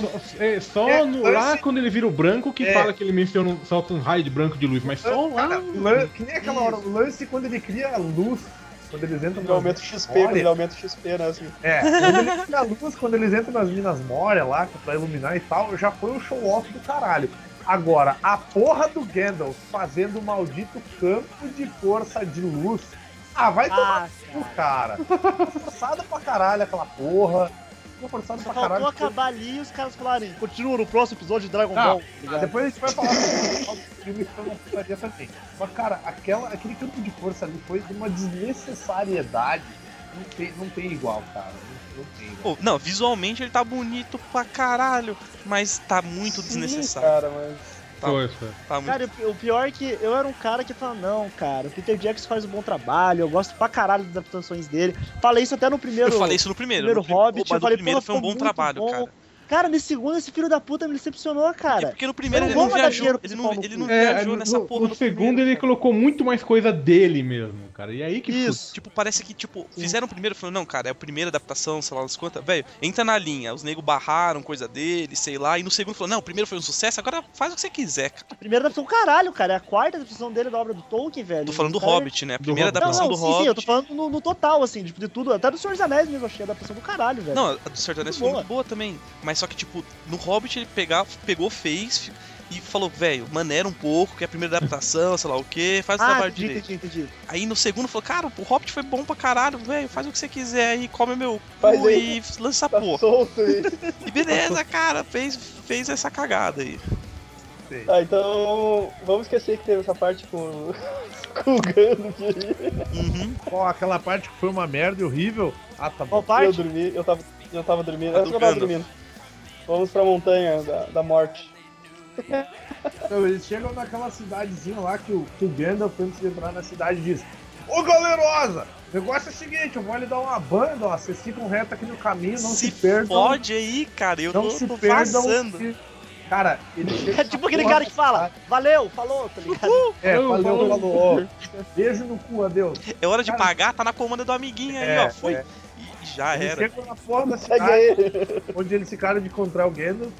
Só É, lá lance- quando ele vira o branco que É. fala que ele menciona solta um raio de branco de luz, mas só lá. Cara, que nem aquela hora, o lance quando ele cria a luz, quando eles entram Ele aumenta o XP, quando ele aumenta o XP, né? Assim. É, quando ele cria a luz, quando eles entram nas Minas Moria lá, que é pra iluminar e tal, já foi um show-off do caralho. Agora, a porra do Gandalf fazendo o maldito campo de força de luz. Ah, vai tomar no cu, cara. Forçado pra caralho aquela porra. Ficou forçado Só pra caralho. faltou acabar ali e os caras falarem, continua no próximo episódio de Dragon Ah, Ball. tá ligado? Depois a gente vai falar sobre o filme que foi uma putaria também. Mas, cara, aquele campo de força ali foi de uma desnecessariedade. Não tem igual, cara. Não tem igual. Pô, não, visualmente ele tá bonito pra caralho, mas tá muito Sim, desnecessário. cara, mas... Foi. Tá muito... Cara, o pior é que eu era um cara que falava, não, cara, o Peter Jackson faz um bom trabalho, eu gosto pra caralho das adaptações dele. Falei isso até no primeiro. Eu falei isso no primeiro. primeiro no prim- Hobbit, mas eu no falei, primeiro pô, foi um ficou bom muito trabalho, bom. cara. Cara, nesse segundo, esse filho da puta me decepcionou, É cara. porque no primeiro Eu ele não não vou mandar viajou, dinheiro ele pro não, pau no ele cu. não viajou nessa porra no no segundo primeiro, ele cara. colocou muito mais coisa dele mesmo, cara. E aí que Isso. Tipo, parece que, tipo, fizeram o primeiro e falaram, não, cara, é a primeira adaptação, sei lá das quantas. Velho, entra na linha, os negros barraram coisa dele, sei lá, e no segundo falou, não, o primeiro foi um sucesso, agora faz o que você quiser, cara. A primeira adaptação do caralho, cara. É a quarta adaptação dele da obra do Tolkien, velho. Tô falando do O cara- Hobbit, né? A primeira Hobbit. adaptação Não, do sim, Hobbit. sim, eu tô falando no total, assim, de tudo. Até do Senhor dos Anéis mesmo, eu achei a adaptação do caralho, velho. Não, a do Senhor dos Anéis Muito foi muito boa também. Mas só que, tipo, no Hobbit ele pegou, fez e falou, velho, maneira um pouco, que é a primeira adaptação, sei lá o que, faz o trabalho direito. entendi. Aí no segundo falou, cara, o Hobbit foi bom pra caralho, velho, faz o que você quiser aí, come meu Faz cu aí. e lança essa Tá porra. solto aí. E beleza, cara, fez essa cagada aí. Tá, então vamos esquecer que teve essa parte com o Gandalf ali. Uhum. Ó, aquela parte que foi uma merda e horrível. Ah, tá Qual bom. parte? Eu dormi, eu tava dormindo. A Eu do tava Gandalf. dormindo. Vamos pra montanha da morte. Então, eles chegam naquela cidadezinha lá que o Gandalf, antes de entrar na cidade, diz: Ô galerosa, o negócio é o seguinte, eu vou lhe dar uma banda, ó, vocês ficam reto aqui no caminho, não se perdam. Fode aí, cara, eu Não se tô perdam. vazando. que- Cara, ele chega É tipo aquele cara que fala, valeu, falou, tá ligado? É, Falou, valeu, falou. falou. Ó, beijo no cu, adeus. É hora de Cara, pagar, tá na comanda do amiguinho aí, É, ó, foi. é. E já Eles era. chegam na porta da Segue cidade, aí. onde eles ficaram de encontrar o Gandalf.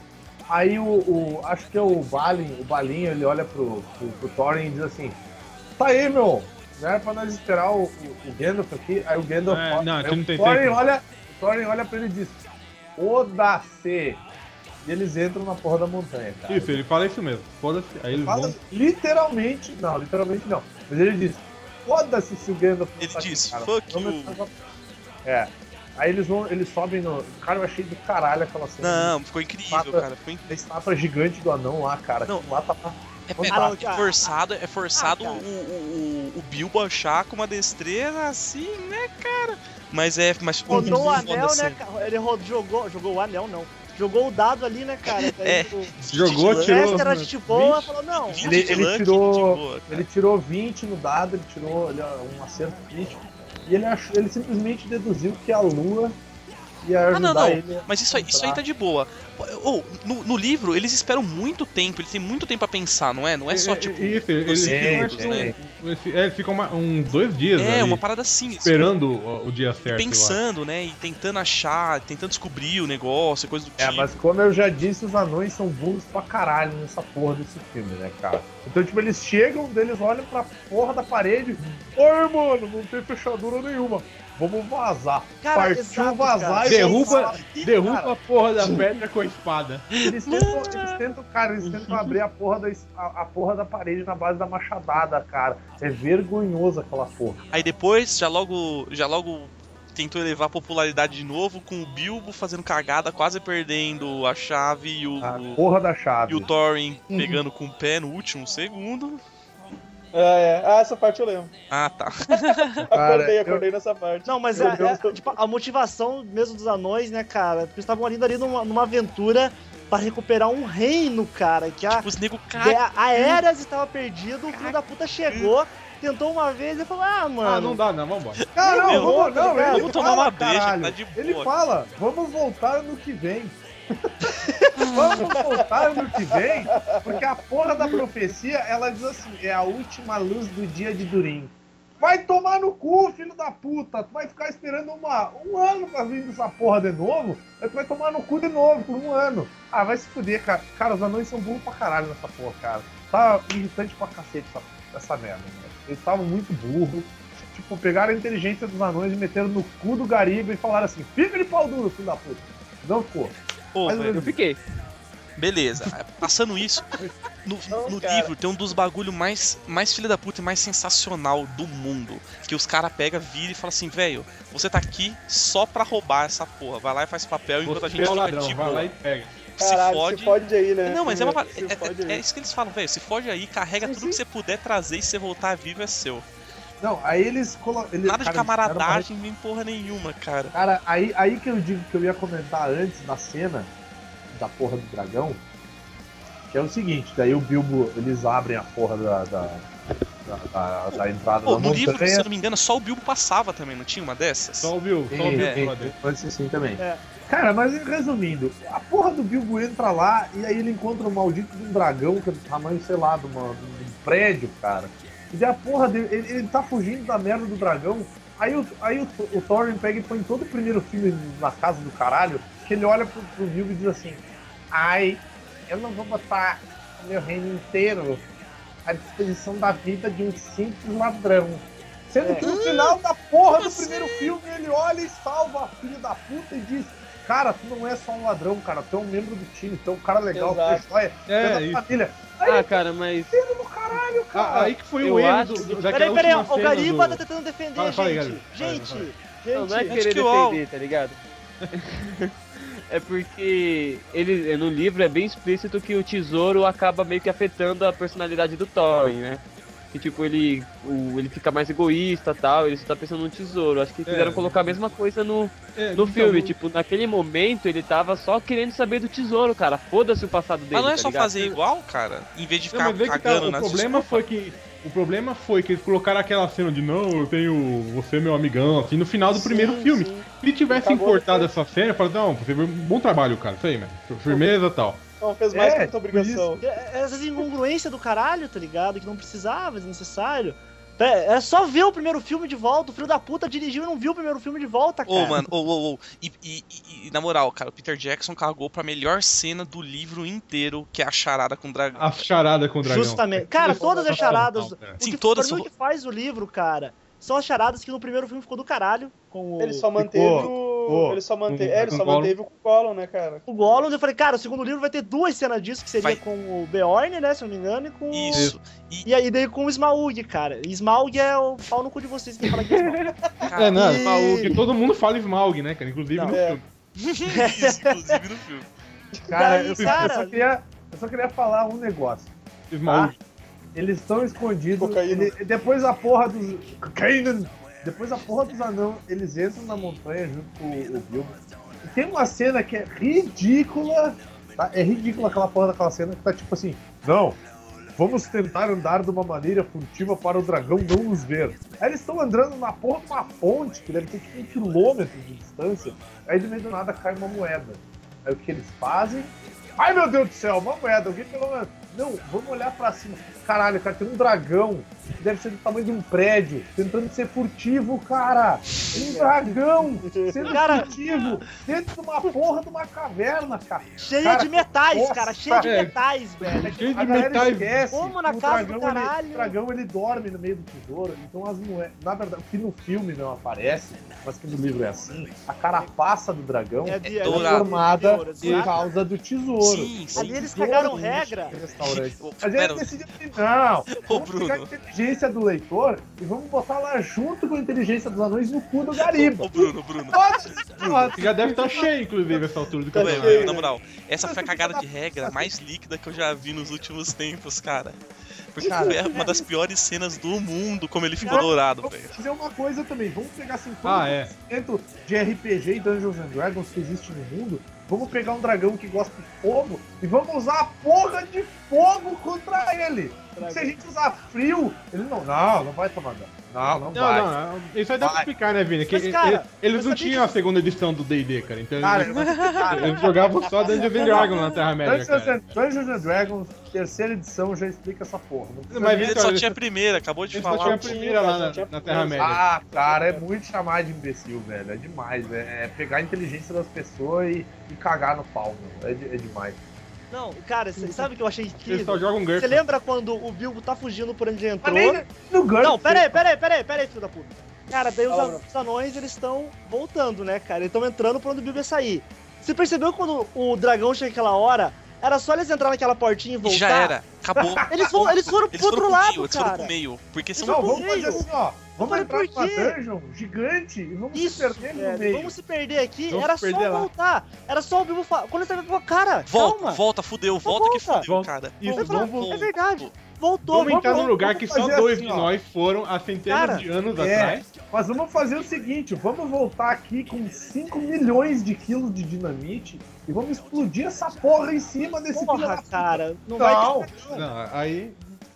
Aí acho que é o Balin, ele olha pro Thorin e diz assim, tá aí, meu, não era pra nós esperar o Gandalf aqui. Aí o Gandalf não aí não tem o Thorin tempo. olha pra ele e diz, foda-se. E eles entram na porra da montanha, cara. Isso, ele fala isso mesmo. Foda-se. Aí eles Fala vão. literalmente não. Mas ele diz, foda-se se o Gandalf não Ele tá aqui, diz, cara. fuck Vamos you. entrar na- É. Aí eles sobem no... Cara, eu achei do caralho aquela cena. Não, ficou incrível, Estátua- cara. Ficou incrível. A estátua gigante do anão lá, cara. Não. Aquilo lá tá... É forçado cara. o Bilbo achar com uma destreza assim, né, cara? Mas ficou Rodou o muito anel, foda, né, assim. cara? Ele jogou o anel, não. Jogou o dado ali, né, cara? Daí É. o Jogou, Vigilante, tirou. mestre era gente boa, falou, não. 20 Ele de luck, tirou- de boa, cara. Ele tirou 20 no dado, ele tirou um acerto crítico. E ele simplesmente deduziu que a lua ia ajudar não. ele. Mas isso aí tá de boa. No livro, eles esperam muito tempo, eles têm muito tempo pra pensar, não é? Não é só tipo. Isso, eles segundos, ficam, né? eles ficam uns 2 dias É, ali, uma parada assim. esperando o dia certo. eu acho. Pensando, né? E tentando achar, tentando descobrir o negócio, coisa do tipo. Mas como eu já disse, os anões são burros pra caralho nessa porra desse filme, né, cara? Então, tipo, eles chegam, eles olham pra porra da parede. Oi, mano, não tem fechadura nenhuma. Vamos vazar. Cara, Partiu exato, vazar cara. e Derruba Cara, a porra da pedra com a espada. Eles tentam abrir a porra da parede na base da machadada, cara. É vergonhoso aquela porra. Aí depois, já logo tentou elevar a popularidade de novo com o Bilbo fazendo cagada, quase perdendo a chave e A porra da chave. e o Thorin pegando com o pé no último segundo. Essa parte eu lembro. Ah, tá. Acordei nessa parte. Não, mas Eu- tipo, a motivação mesmo dos anões, né, cara? Porque eles estavam indo ali numa aventura pra recuperar um reino, cara. Que Tipo, os nego cagam. a Eras estava perdido, o filho da puta chegou, tentou uma vez e falou, mano. Ah, não dá não, vambora. Cara, Meu, ele vamos tomar fala, uma breja, caralho. tá de boa. Ele fala, vamos voltar no que vem. Vamos voltar no que vem, porque a porra da profecia, ela diz assim, é a última luz do dia de Durin. Vai tomar no cu, filho da puta. Tu vai ficar esperando um ano pra vir dessa porra de novo, aí tu vai tomar no cu de novo por um ano. Ah, vai se fuder, cara. Cara, os anões são burros pra caralho nessa porra, cara. Tá irritante pra cacete essa merda, cara. Eles estavam muito burros. Tipo, pegaram a inteligência dos anões e meteram no cu do Gariba e falaram assim, fica de pau duro, filho da puta. Não ficou. Pô, Mas velho, Eu fiquei. beleza. Passando isso, no cara. livro tem um dos bagulho mais filha da puta e mais sensacional do mundo. Que os caras pegam, viram e falam assim, velho, você tá aqui só pra roubar essa porra. Vai lá e faz papel enquanto a Você gente é o fica ladrão, de vai boa. lá e pega. Caralho, se fode aí, né? Não, mas Se fode aí. é isso que eles falam, velho. Se fode aí, carrega Sim, tudo sim. que você puder trazer e se você voltar vivo é seu. Não, aí eles... Nada de camaradagem, nem porra nenhuma, cara. Cara, aí que eu digo que eu ia comentar antes da cena da porra do dragão, que é o seguinte, daí o Bilbo, eles abrem a porra da entrada Pô, da no livro, se montanha. eu não me engano, só o Bilbo passava também, não tinha uma dessas? Só ouviu lá dentro. Pode ser assim também. É. Cara, mas resumindo, a porra do Bilbo entra lá e aí ele encontra o maldito de um dragão que é do tamanho, sei lá, de um prédio, cara. E daí a porra dele, ele tá fugindo da merda do dragão. Aí o Thorin pega e põe todo o primeiro filme na casa do caralho, que ele olha pro Bilbo e diz assim, ai, eu não vou botar o meu reino inteiro à disposição da vida de um simples ladrão. Sendo que no final da porra do primeiro filme ele olha e salva a filha da puta e diz, cara, tu não é só um ladrão, cara, tu é um membro do time, tu é um cara legal, tu é Exato. joia, tu é da isso. família. Aí Ah, cara, mas. no caralho, cara. Aí que foi Eu o erro acho- daquela Peraí, última o cena Gariba do- tá tentando defender, Fala aí, gente. Gariba. Gente, Vai, vai. Não, não é gente. querer que o- defender, tá ligado? É porque ele no livro é bem explícito que o tesouro acaba meio que afetando a personalidade do Thorin, né? Que tipo, ele fica mais egoísta e tal, ele só tá pensando no tesouro. Acho que quiseram colocar a mesma coisa no então, filme. Tipo, naquele momento ele tava só querendo saber do tesouro, cara. Foda-se o passado dele. Mas não é tá só ligado? fazer igual, cara? Em vez de Não, ficar mas vê que tá, cagando o nas problema foi que eles colocaram aquela cena de não, eu tenho você meu amigão, assim, no final do primeiro filme. sim. Se ele tivessem Acabou cortado depois. essa cena, eu falei, não, você fez um bom trabalho, cara, isso aí, mano. Firmeza e tal. Não, fez mais que É, muita obrigação. Essas incongruências do caralho, tá ligado? Que não precisava, desnecessário. É só ver o primeiro filme de volta. O filho da puta dirigiu e não viu o primeiro filme de volta, cara. Ô, mano, E na moral, cara, o Peter Jackson cagou pra melhor cena do livro inteiro, que é a charada com o dragão. A charada com o dragão. Justamente. Cara, todas as charadas. Sim, o todas que faz o livro, cara, são as charadas que no primeiro filme ficou do caralho. Com Ele só manteve ele só manteve o Gollum, né, cara? o Gollum. Eu falei, cara, o segundo livro vai ter 2 cenas disso, que seria com o Beorn, né, se eu não me engano, e com Isso. E aí daí com o Smaug, cara. Smaug é o pau no cu de vocês que fala que é Smaug. É, não, E- Smaug, que todo mundo fala Smaug, né, cara? Inclusive no filme. Isso, inclusive no filme. Cara, Daí, eu cara- só queria falar um negócio. Smaug. Eles estão escondidos. Cocaína. Depois a porra dos. Cocaína! Depois a porra dos anãos, eles entram na montanha junto com o Bilbo. E tem uma cena que é ridícula. Tá? É ridícula aquela porra daquela cena que tá tipo assim: não, vamos tentar andar de uma maneira furtiva para o dragão não nos ver. Aí eles estão andando na porra de uma ponte, que deve ter tipo 1 quilômetro de distância. Aí do meio do nada cai uma moeda. Aí o que eles fazem? Ai meu Deus do céu, uma moeda, alguém pegou uma... Não, vamos olhar pra cima. Caralho, cara, tem um dragão que deve ser do tamanho de um prédio, tentando ser furtivo, cara. Um dragão sendo Cara- furtivo dentro de uma porra de uma caverna, cara. Cheia Cara, de metais, nossa, cara. Cheia de é. metais, velho. Cheio de A galera metais. esquece Como na que casa do caralho. O dragão ele dorme no meio do tesouro, então as moedas. Na verdade, o que no filme não aparece, mas que no livro é assim, a carapaça do dragão É é, de- dourado. formada Ouro, por exato. causa do tesouro. Sim, sim. Ali eles cagaram regra. Restaurante. Ô, Mas pera, eles decidiram que não, vamos Bruno. pegar a inteligência do leitor e vamos botar lá junto com a inteligência dos anões no cu do Gariba. Ô, Bruno. Que já deve estar cheio, inclusive, essa altura do Ô, campeonato. velho, na moral, essa foi a cagada de regra mais líquida que eu já vi nos últimos tempos, cara. Porque Cara, foi uma das piores cenas do mundo, como ele ficou dourado, Vamos velho. fazer uma coisa também, vamos pegar 50% Ah, é. de RPG e Dungeons and Dragons que existe no mundo, vamos pegar um dragão que gosta de fogo e vamos usar a porra de fogo contra ele. Porque se a gente usar frio, ele não vai tomar dano. Não vai. Não, isso aí dá pra Vai. explicar, né, Vini? Que Mas, cara, eles mas não sabia tinham a segunda edição do D&D, cara. Então Cara, eles jogavam só Dungeons and Dragons na Terra-média, cara. Dungeons and Dragons, terceira edição, já explica essa porra. Não precisa Mas nem- Ele Vitor, só eles- tinha a primeira, acabou de Eles só falar. tinham a primeira lá na Terra-média. Ah, cara, é muito chamar de imbecil, velho. É demais. É pegar a inteligência das pessoas e cagar no pau, meu. É demais. Não, cara, sabe o que eu achei Eles só incrível? jogam Você GURPS. lembra quando o Bilbo tá fugindo por onde ele Mas entrou? nem no GURPS. Não, pera aí, filho da puta. Cara, daí os anões, eles estão voltando, né, cara? Eles estão entrando por onde o Bilbo ia sair. Você percebeu quando o dragão chega aquela hora? Era só eles entrar naquela portinha e E voltar? já era, acabou. Eles foram pro outro lado, eles foram cara. pro meio, porque são Não, pro vamos meio. fazer assim, ó. Vamos falei, entrar por numa quê? dungeon gigante e vamos Isso, se perder no velho, meio. vamos se perder aqui. Vamos Era se só perder lá. voltar. Era só o Bilbo falar. Quando ele tava cara, calma. Volta, fudeu, volta que volta. fudeu, cara. Isso, Ele falou, vamos- é verdade. Voltou, Vamos entrar num lugar vamos que só fazer 2 assim, de ó. nós foram há centenas Cara, de anos É, atrás. mas vamos fazer o seguinte, vamos voltar aqui com 5 milhões de quilos de dinamite e vamos explodir essa porra em cima desse filho da Porra, puta. cara. Não, Não. vai ter. Não, aí.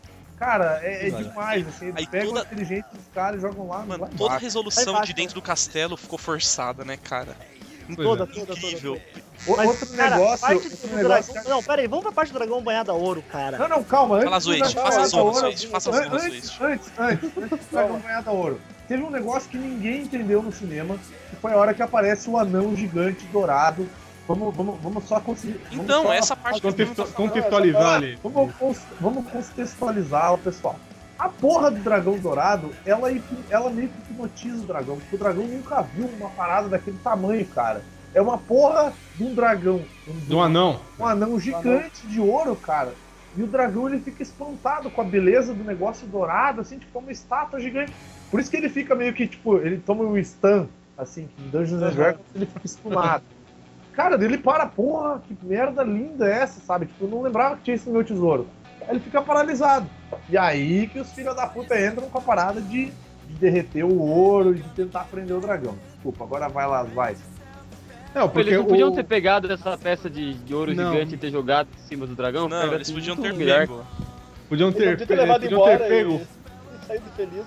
Cara, é Vai. demais, assim, eles Aí pegam toda- a inteligência dos caras e jogam lá, Mano, lá toda a embaixo. resolução Vai de dentro do castelo ficou forçada, né, cara? Toda. Incrível. Mas, Outro cara, negócio, parte outro do negócio dragão... Não, pera aí, vamos pra parte do dragão banhado a ouro, cara. Não, calma. Fala, antes do Zuete, dragão faça banhado a zona, a ouro- Zuete, faça a zona, Zuete. Antes do dragão banhado a ouro. Teve um negócio que ninguém entendeu no cinema, que foi a hora que aparece o anão gigante dourado. Vamos só conseguir... vamos Então, só- essa parte do filme tá Contextualizar ali. Vamos contextualizá-la, pessoal. A porra do dragão dourado, ela meio que hipnotiza o dragão, porque o dragão nunca viu uma parada daquele tamanho, cara. É uma porra de um dragão. Do anão. Um anão gigante de ouro, cara. E o dragão, ele fica espantado com a beleza do negócio dourado, assim, tipo, uma estátua gigante. Por isso que ele fica meio que, tipo, ele toma um stun, assim, que em Dungeons and Dragons ele fica estunado. Cara, daí ele para, porra, que merda linda é essa, sabe? Tipo, eu não lembrava que tinha isso no meu tesouro. Aí ele fica paralisado. E aí que os filhos da puta entram com a parada de derreter o ouro e de tentar prender o dragão. Desculpa, agora vai lá, vai. Não, porque Eles não podiam o... ter pegado essa peça de ouro Não. gigante e ter jogado em cima do dragão? Não, Era eles podiam muito ter melhor. pego. Podiam Ele ter, podia ter levado podiam embora ter pego. e saído feliz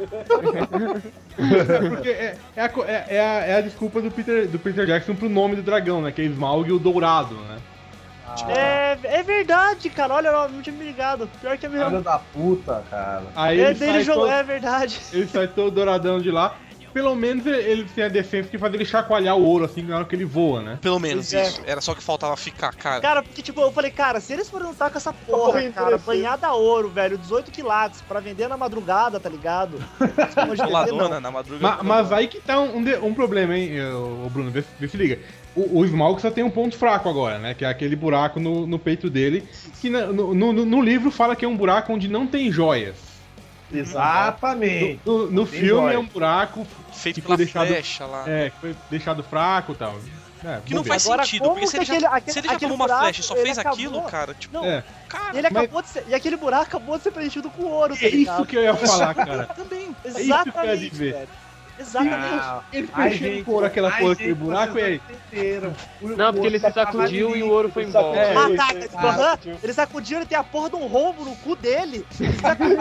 do filme. Porque é a desculpa do Peter Jackson pro nome do dragão, né? Que é Smaug o Dourado, né? É verdade, cara. Olha, eu não tinha me ligado. Pior que é Filho mesmo. da puta, cara. Aí É ele dele sai, jogou, todo, é verdade. ele sai todo douradão de lá. Pelo menos ele tem a decência de fazer ele chacoalhar o ouro assim na hora que ele voa, né? Pelo menos Pois é. isso. Era só que faltava ficar, cara. Cara, porque tipo, eu falei, cara, se eles forem lutar com essa porra, Porra, cara, interessante. banhada a ouro, velho, 18 quilates, pra vender na madrugada, tá ligado? Hoje Roladona na madrugada. Mas aí que tá um problema, hein, ô Bruno, vê se liga. O Smaug só tem um ponto fraco agora, né? Que é aquele buraco no peito dele. Que no livro fala que é um buraco onde não tem joias. Exatamente. No Tem filme joia. é um buraco Feito que pela foi deixado, flecha lá. que foi deixado fraco e tal. Que não bobeira. faz Agora, sentido, como porque se ele que já, aquele- se ele já aquele tomou uma buraco, flecha e só ele fez acabou- aquilo, cara, tipo, Não, É. cara, ele acabou de ser. E aquele buraco acabou de ser preenchido com ouro, tá É isso ligado? que eu ia falar, cara. também. isso que eu ia Exatamente, dizer. velho. Exatamente. Ele Ai, preencheu gente, por aquela ai, porra, gente, aquele buraco e aí. vocês não entenderam. Não, porque ele se sacudiu e o ouro foi embora. É. Ah, tá. Aham. Ele sacudiu, ele tem a porra de um rombo no cu dele. Ele sacudiu,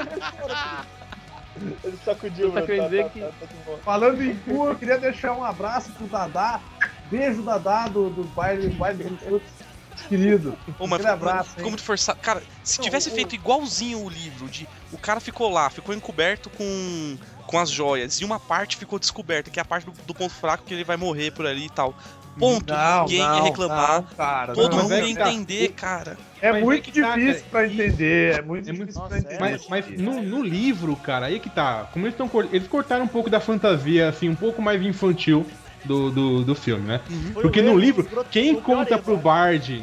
Ele sacudiu, Tá querendo dizer que- de boa. Falando em cu, eu queria deixar um abraço pro Dadá. Beijo, Dadá, do baile dos frutos, querido. Ô, mas Aquele abraço, ficou hein? muito forçado. Cara, se tivesse feito igualzinho o livro, de o cara ficou lá, ficou encoberto com as joias, e uma parte ficou descoberta, que é a parte do ponto fraco que ele vai morrer por ali e tal. Ponto. Ninguém ia reclamar. não, cara, Todo não, mundo é ia que tá. entender, cara. É Mas muito é que tá, difícil cara. pra entender. É muito É muito- difícil pra Nossa, entender. Mas no livro, cara, aí que tá. Como eles cortaram um pouco da fantasia, assim, um pouco mais infantil do filme, né? Foi Porque o no erro, livro, foi o quem pior conta erro, pro né? Bard,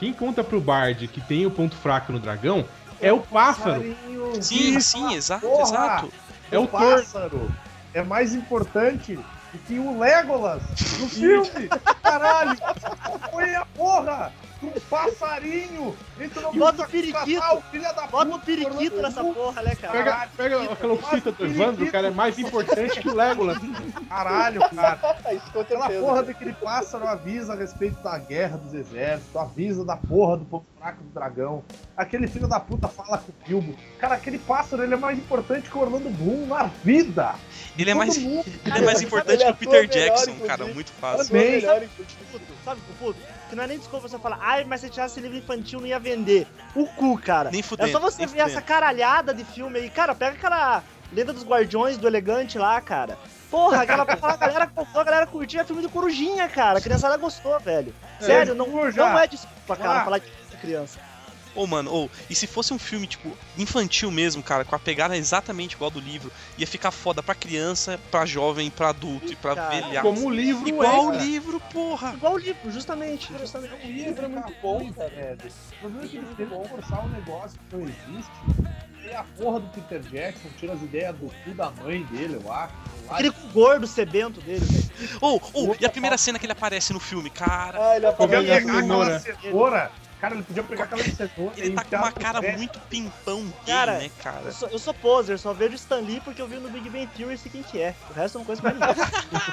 que tem o ponto fraco no dragão, é o pássaro. Passarinho, Sim, isso, sim, exato, porra. exato. É o o pássaro é mais importante do que o Legolas no filme. Caralho, foi a porra de um passarinho. Então não Bota precisa o periquito. caçar o filho da Bota puta, um periquito Orlando nessa Bloom. porra, né, cara? Pega a calopsita do Evandro, cara, é mais importante que o Legolas. Caralho, cara. Isso com Aquela certeza. porra daquele pássaro avisa a respeito da guerra dos exércitos, avisa da porra do ponto fraco do dragão. Aquele filho da puta fala com o Bilbo. Cara, aquele pássaro ele é mais importante que o Orlando Bloom na vida. Ele é mais, Todo mundo. ele é mais importante Ele que o atua Peter melhor, Jackson, inclusive. cara, muito Atua fácil. Também. melhor, Sabe o puto? Que não é nem desculpa você falar, ai, mas se tirasse esse livro infantil não ia vender. O cu, cara. Nem fudendo, É só você nem ver essa caralhada de filme aí. Cara, pega aquela Lenda dos Guardiões do Elegante lá, cara. Porra, aquela a galera comprou, a galera curtiu, é filme de Corujinha, cara. A criançada gostou, velho. Sério, não é desculpa, cara, Ah. falar de criança. Ô, mano, e se fosse um filme, tipo, infantil mesmo, cara, com a pegada exatamente igual do livro, ia ficar foda pra criança, pra jovem, pra adulto e pra Cara, velhaço. Como o livro Igual o cara. livro, porra! Igual o livro, justamente. O livro é muito bom, cara. O problema é que eles tentam forçar um negócio que não existe. E a porra do Peter Jackson tira as ideias do cu da mãe dele, eu acho. Aquele gordo sebento dele, velho. E a primeira cena que ele aparece no filme, cara, Ah, ele Podia Comendo a aparece. pegar aquela cenoura. cenoura. Cara, ele podia pegar aquela cenoura ele e tá com enfiar uma no cara pé. muito pimpão gay, Cara, né, cara? Eu sou poser, só vejo Stan Lee porque eu vi no Big Bang Theory e sei quem que é. O resto eu não conheço mais ninguém.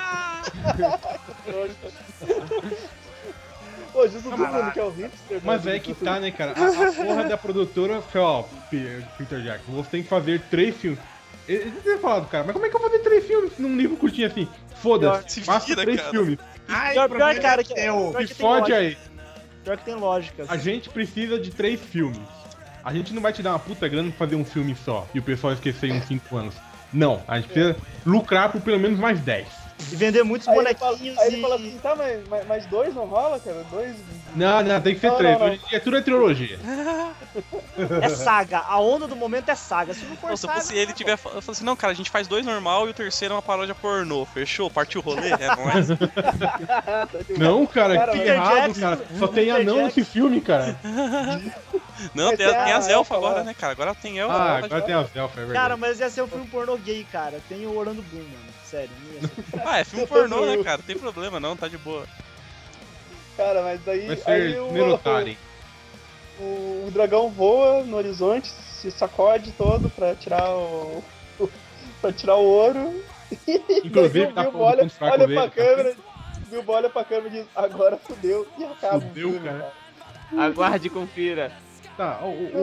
Pô, Jesus do Caraca. mundo, que é o hipster. Mas né? é que tá, né, cara? A porra da produtora foi, ó, Peter Jackson, você tem que fazer 3 filmes. Ele tinha falado, cara, mas como é que eu vou fazer 3 filmes num livro curtinho assim? Foda-se, Se faça vira, 3 cara. filmes. Ai, Pior, o problema cara, é que, teu. pior Se que tem fode lógica. aí. Pior que tem lógica. A gente precisa de 3 filmes. A gente não vai te dar uma puta grana pra fazer um filme só e o pessoal esquecer em uns 5 anos. Não, a gente precisa lucrar por pelo menos mais 10. E vender muitos Aí ele fala, bonequinhos aí e... ele fala assim, tá, mas dois não rola, cara? Dois... Não, tem que ser Não, 3. não. Hoje em dia tudo é trilogia. É saga. A onda do momento é saga. Se não for Não, se saga... fosse ele tiver falando assim, não, cara, a gente faz 2 normal e o terceiro é uma paródia pornô, fechou? Partiu o rolê? É, não é? Não, cara, Cara, que Peter errado, Jackson- cara. Só tem Peter anão Jackson- nesse filme, cara. Não, Mas tem é as a elfas elfa agora, lá. né, cara? Agora tem elfa. Ah, elfa agora tem as elfas, é verdade. Cara, mas ia ser um filme pornô gay, cara. Tem o Orlando Bloom, mano. Sério. Não ia ser. Ah, é filme pornô, né, cara? Não tem problema não, tá de boa. Cara, mas daí... Vai aí ser Nerotari. o dragão voa no horizonte, se sacode todo pra tirar o... pra tirar o ouro. Inclusive, Daí tá o Bilbo falando olha, com fraco olha dele, pra tá? câmera, Bilbo olha pra câmera e diz, agora fudeu, e acaba Fudeu, o filme, cara. Aguarde e confira. Tá,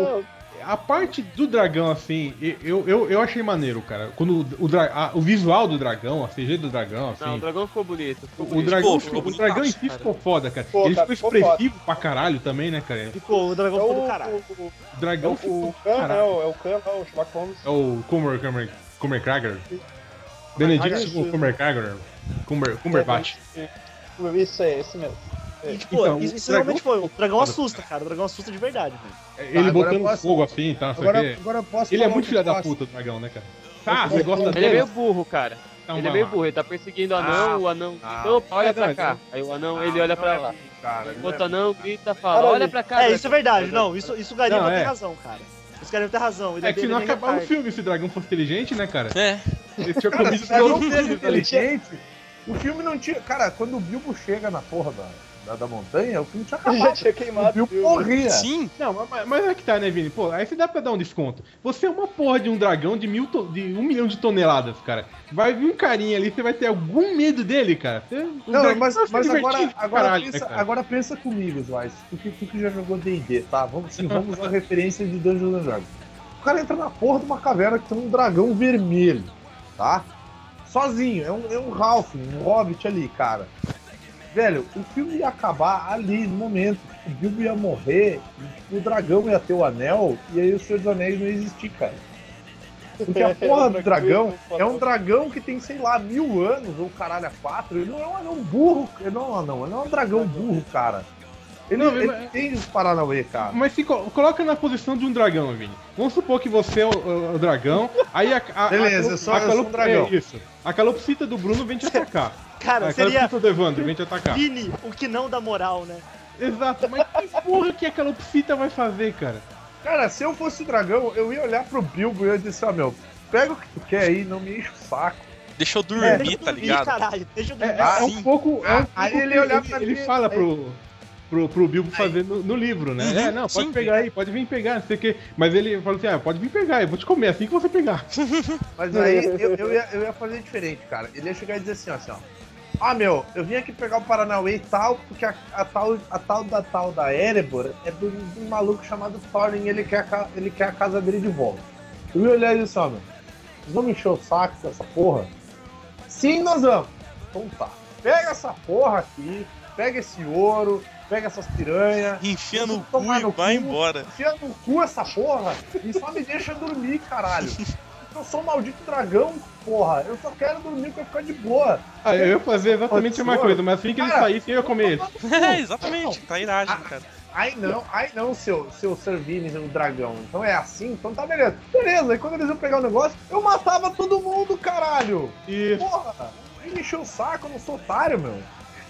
a parte do dragão, assim, eu achei maneiro, cara. Quando o visual do dragão, a CG do dragão, assim. Não, o dragão ficou bonito. O dragão, ficou o dragão em si bonitaço, ficou foda, cara. Ficou, Ele cara, ficou ficou expressivo pra caralho também, né, cara? Ficou, o dragão ficou do caralho. O dragão ficou O Khan, né? caralho. É o Khan, o Sherlock Holmes. É o Cumbercracker. Benedict Cumbercracker. Cumberbatch. Isso é, esse mesmo. E, tipo, Então, isso o realmente foi. O dragão foda. assusta, cara. O dragão assusta de verdade, velho. Ele agora botando eu posso- fogo assim, tá? Não sei o Agora, quê. agora eu posso Ele é falar muito um filho da negócio. puta, o dragão, né, cara? Tá, você gosta Ele é dele? meio burro, cara. Então Ele é vai meio lá. burro, ele tá perseguindo o anão, o anão grita, opa, olha pra cá. Aí o anão, ele olha pra lá. Cara, O outro anão grita, fala, Olha olha ali. pra cá. É, isso é verdade. Não, isso Gariba Não, tem é. razão, cara. Esse Gariba tem razão. Ele É que ele não bem acabava o reparto. filme se o dragão fosse inteligente, né, cara? É. Ele tinha comido Mas não todos ser eles ali. inteligente. O filme não tinha. Cara, quando o Bilbo chega na porra da montanha, o filme tinha Já acabado. tinha O queimado. Bilbo viu? morria. Sim. Não, mas é que tá, né, Vini? Pô, aí você dá pra dar um desconto. Você é uma porra de um dragão de 1 milhão de toneladas, cara. Vai vir um carinha ali, você vai ter algum medo dele, cara. O Não, dragão mas vai ser divertido pra caralho, né, cara? agora pensa comigo, Zwais. Tu que já jogou D&D, tá? Vamos usar referência de Dungeons and Dragons. O cara entra na porra de uma caverna que tem um dragão vermelho, tá? Sozinho, é um Halfling, um Hobbit ali, cara. Velho, o filme ia acabar ali, no momento. O Bilbo ia morrer, e, tipo, o dragão ia ter o anel, e aí o Senhor dos Anéis não ia existir, cara. Porque a porra do dragão é um dragão que tem, sei lá, 1000 anos, ou caralho, é 4. Ele não é um anão burro, ele não é um anão, ele não é um dragão burro, cara. Ele, Não, ele mas- tem os Paranauê, cara. Mas se coloca na posição de um dragão, Vini. Vamos supor que você é o dragão, aí Beleza, eu sou um dragão. É isso. A calopsita do Bruno vem te atacar. Cara, A seria calopsita do Evandro vem te atacar. Vini, o que não dá moral, né? Exato, mas que porra que a calopsita vai fazer, cara? Cara, se eu fosse o dragão, eu ia olhar pro Bilbo e eu ia dizer, ó, meu, pega o que tu quer aí, não me enche o saco. Deixa eu Deixa dormir, eu tá dormir, ligado? caralho. Deixa eu dormir. É um sim. pouco. Aí pouco ele que olhar pra ele mim, fala aí- pro Bilbo fazer no livro, né? Uhum, Não, pode sim. pegar aí, pode vir pegar, não sei o quê. Mas ele falou assim: pode vir pegar, eu vou te comer assim que você pegar. Mas aí eu ia fazer diferente, cara. Ele ia chegar e dizer assim, ó. Ah, meu, eu vim aqui pegar o Paranauê e tal, porque a tal da Erebor é de um maluco chamado Thorin e ele quer a casa dele de volta. Eu ia olhar e dizer assim, ó, meu, vocês vão me encher o saco com essa porra? Sim, nós vamos. Então tá. Pega essa porra aqui, pega esse ouro, pega essas piranhas. Enfia no cu Tomar e no vai cu. embora. Enfia no cu essa porra e só me deixa dormir, caralho. Eu sou um maldito dragão, porra. Eu só quero dormir pra ficar de boa. Eu ia fazer exatamente a mesma Senhor. coisa, mas assim que ele Cara, saísse, eu ia comer ele. É, exatamente. Tá iragem, cara. Aí não, seu Servini, o dragão. Então é assim? Então tá beleza. Beleza, aí quando eles iam pegar o negócio, eu matava todo mundo, caralho. E Porra, me encheu o saco, eu não sou otário, meu.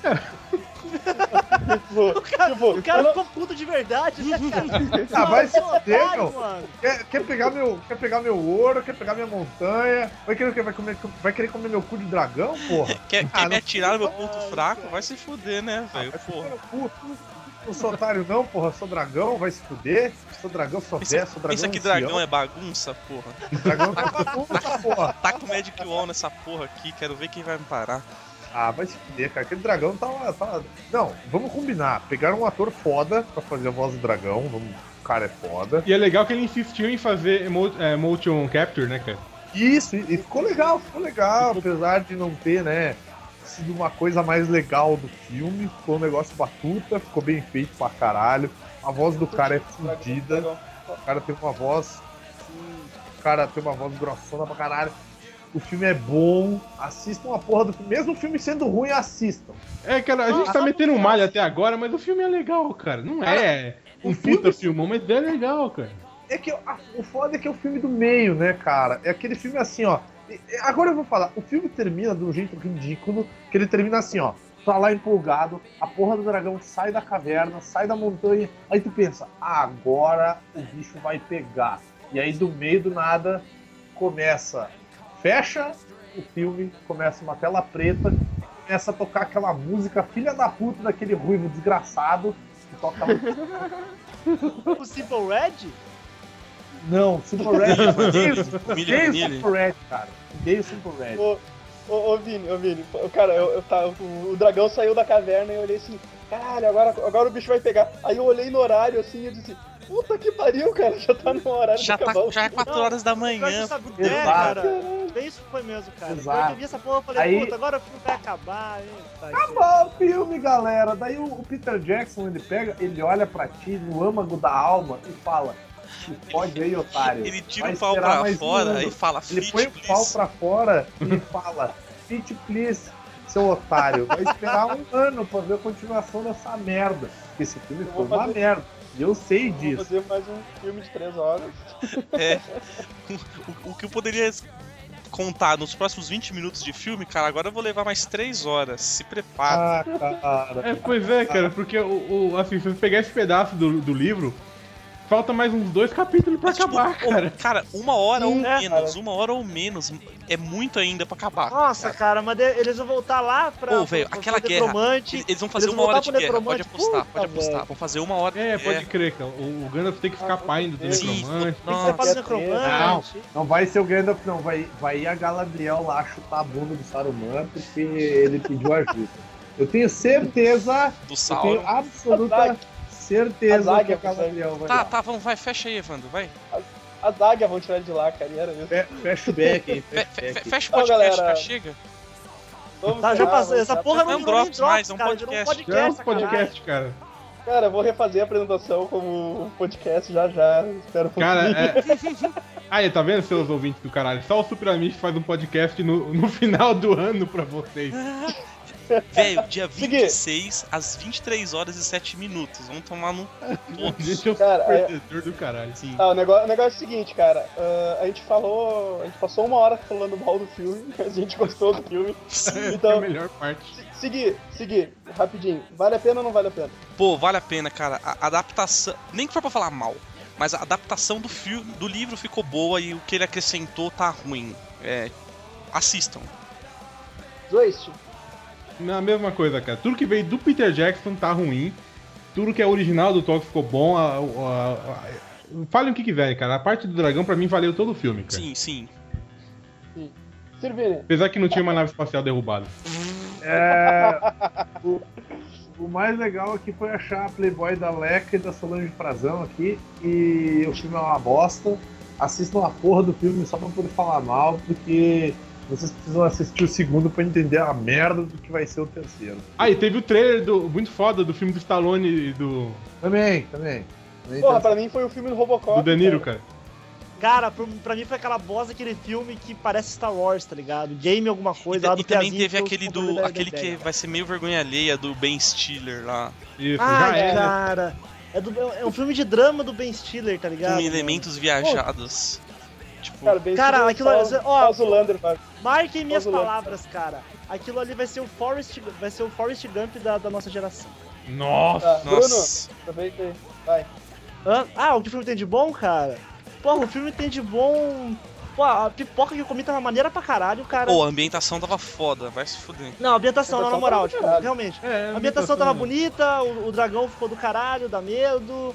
O cara ficou puto de verdade, né, cara? Ah, vai se Otário, fuder, meu. mano. Quer pegar meu ouro, quer pegar minha montanha, vai querer comer meu cu de dragão, porra? Quer Ah, me não- atirar no meu ponto fraco? Vai se fuder, né, velho? Vai se Porra. fuder no cu. Não sou otário não, porra, sou dragão, vai se fuder. Sou dragão, sou velho, sou dragão. Pensa que dragão é bagunça, porra. Dragão é bagunça, porra. Tá com Magic Wall nessa porra aqui, quero ver quem vai me parar. Ah, vai se fuder, cara. Aquele dragão tava. Não, vamos combinar. Pegaram um ator foda pra fazer a voz do dragão. O cara é foda. é legal que ele insistiu em fazer motion capture, né, cara? Isso, e ficou legal. Apesar de não ter, né, sido uma coisa mais legal do filme. Ficou um negócio batuta, ficou bem feito pra caralho. A voz do cara é fodida. O cara tem uma voz. O cara tem uma voz grossona pra caralho. O filme é bom, assistam a porra do filme. Mesmo o filme sendo ruim, assistam. É, cara, a gente tá metendo um malho até agora, mas o filme é legal, cara. Não é um puta filmão, mas é legal, cara. É que o foda é que é o filme do meio, né, cara? É aquele filme assim, ó. Agora eu vou falar, o filme termina de um jeito ridículo, que ele termina assim, ó. Tá lá empolgado, a porra do dragão sai da caverna, sai da montanha, aí tu pensa, agora o bicho vai pegar. E aí do meio do nada começa, fecha o filme, começa uma tela preta, começa a tocar aquela música filha da puta daquele ruivo desgraçado, que toca... O Simple Red? Não, Simple Red. Milha Gay o nele. Simple Red, cara. Gay o Simple Red. Ô Vini, cara, o dragão saiu da caverna e eu olhei assim, caralho, agora o bicho vai pegar. Aí eu olhei no horário assim e eu disse, Puta que pariu, cara. Já tá no horário Já, de acabar. já é 4 horas da manhã. Cara. Bem isso foi mesmo, cara. Exato. Quando eu vi essa porra, eu falei, Aí- puta, agora o filme vai acabar. Acabou o filme, galera. Daí o Peter Jackson, ele pega, ele olha pra ti no âmago da alma e fala: "Se pode aí, otário." Ele tira Vai o pau esperar pra mais um fora ano. e fala, Ele fit, põe o pau please. pra fora e fala: "Fit, please, seu otário." Vai esperar um ano pra ver a continuação dessa merda. Esse filme Eu foi vou uma fazer- merda. E eu sei Vou disso. fazer mais um filme de 3 horas. É. O que eu poderia contar nos próximos 20 minutos de filme, cara, agora eu vou levar mais 3 horas. Se prepara. Ah, cara. Pois é, cara, porque assim, se você pegar esse pedaço do livro, falta mais uns 2 capítulos pra Mas, tipo, acabar, cara. Cara, 1 hora ou É, menos, 1 hora ou menos. É muito ainda pra acabar. Nossa, cara, mas eles vão voltar lá pra. Pô, velho, pra aquela fazer guerra. necromante. Eles vão fazer Eles 1 hora voltar de pro guerra, pode necromante. apostar, Puta, pode apostar. velho. Vão fazer 1 hora de É, guerra. pode crer, cara. O Gandalf tem que ficar pai indo do Sim. necromante. Tem que separar o necromante. Não vai ser o Gandalf, não. Vai ir a Galadriel lá chutar a bunda do Saruman porque ele pediu ajuda. Eu tenho certeza, Do eu Sauron. tenho absoluta certeza As que a águias, Galadriel vai Tá, lá. tá, vamos, vai, fecha aí, Evandro, vai. As águias vão tirar ele de lá, cara. E era isso. Fecha o beck, hein? Fecha o Ô, podcast, galera. já chega. Vamos Tá, já encerrar, passou. vamos Essa encerrar. porra Não é um virou nem Drops mais, é um cara, virou podcast. Já é um sacanagem. podcast, cara. Cara, eu vou refazer a apresentação como podcast já. Espero um Cara, pouquinho. Aí, tá vendo, seus ouvintes do caralho? Só o Super Amish faz um podcast no final do ano pra vocês. Velho, dia Segui. 26, às 23 horas e 7 minutos. Vamos tomar no todos. Gente, eu sou Cara, perdedor do caralho. Sim. O negócio é o seguinte, cara. A gente passou 1 hora falando mal do filme, a gente gostou do filme. É a Então, melhor parte. seguir, rapidinho. Vale a pena ou não vale a pena? Pô, vale a pena, cara. A adaptação. Nem que for pra falar mal, mas a adaptação do filme, do livro ficou boa e o que ele acrescentou tá ruim. Assistam. Zoist, Na mesma coisa, cara. Tudo que veio do Peter Jackson tá ruim. Tudo que é original do Tolkien ficou bom. Falem o que quiserem, cara. A parte do dragão, pra mim, valeu todo o filme, cara. Sim, sim. Servini. Apesar que não tinha uma nave espacial derrubada. O mais legal aqui foi achar a Playboy da Leca e da Solange Frazão aqui. E o filme é uma bosta. Assistam a porra do filme só pra poder falar mal, porque vocês precisam assistir o segundo pra entender a merda do que vai ser o terceiro. Ah, e teve o trailer muito foda do filme do Stallone e do Também. Porra, pra mim foi o filme do Robocop. De Niro, cara. Cara, pra mim foi aquela bosta daquele filme que parece Star Wars, tá ligado? Game alguma coisa lá do E também Piazinho, teve que eu aquele controle da aquele que ideia. vai ser meio vergonha alheia do Ben Stiller lá. Isso, já Ai, era. cara. É um filme de drama do Ben Stiller, tá ligado? Com mano? elementos viajados. Tipo, Cara, aquilo- Só ó, o Zulander, cara. Marquem minhas Posso ler? palavras, cara. Aquilo ali vai ser o Forrest Gump da nossa geração. Nossa! Tá, Bruno, nossa. aproveita aí. Vai. O que o filme tem de bom, cara? Porra, o filme tem de bom... Pô, a pipoca que eu comi tava maneira pra caralho, cara. Pô, a ambientação tava foda, vai se fuder. Não, a ambientação, não, na moral, tava do tipo, caralho. realmente. É, A ambientação tava bonita, o dragão ficou do caralho, dá medo.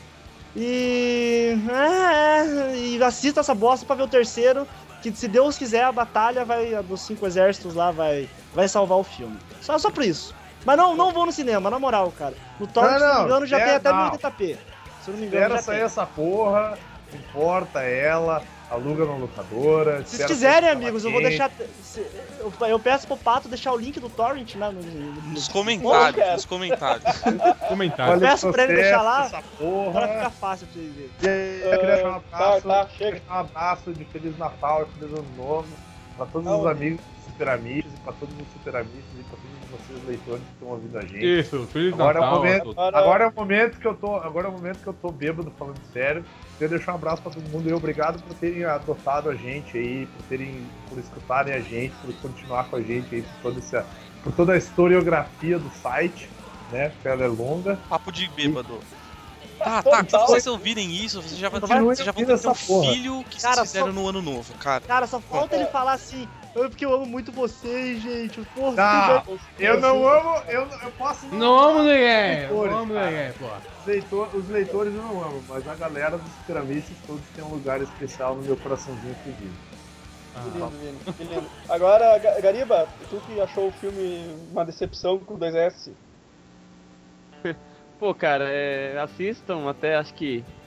E assista essa bosta pra ver o terceiro. Que se Deus quiser, a batalha dos 5 exércitos lá vai salvar o filme. Só por isso. Mas não vou no cinema, na moral, cara. No Torrent, se não me engano, já tem até 1080p. Se eu não me engano, Espera já sair tem. essa porra, importa ela, aluga na locadora. Se vocês espera quiserem, sair amigos, eu quente. vou deixar. Eu peço pro Pato deixar o link do Torrent lá Nos Bom, comentários, cara. nos comentários. Comentário. Olha, peço pra ele deixar lá, essa Pra porra. ficar fácil pra vocês verem. E eu queria deixar um abraço, Tá, chega. deixar um abraço de Feliz Natal e Feliz Ano Novo pra todos Tá, os ok. amigos do Super Amigos e pra todos os Super Amigos e pra todos vocês leitores que estão ouvindo a gente. Isso, Feliz Agora é o Natal. momento. a todos. Agora é o momento que eu tô bêbado falando sério. Queria deixar um abraço pra todo mundo e obrigado por terem adotado a gente aí, por escutarem a gente, por continuar com a gente aí, por toda a historiografia do site, né? Porque ela é longa. Papo de bêbado. Tá, Total. quando vocês ouvirem isso, vocês já vão ter Continue um ouvindo essa porra. filho que Cara, vocês fizeram só- no ano novo, cara. Cara, só falta ele falar assim, porque eu amo muito vocês, gente. Porra, Tá, tudo bem. eu não amo, eu posso Não amo ninguém! Leitores, Não amo cara. ninguém, pô. Os leitores eu não amo, mas a galera dos piramistas todos tem um lugar especial no meu coraçãozinho fedido. Que lindo, Vini, que lindo. Agora, Gariba, tu que achou o filme uma decepção com 2S. Pô, cara, assistam até acho que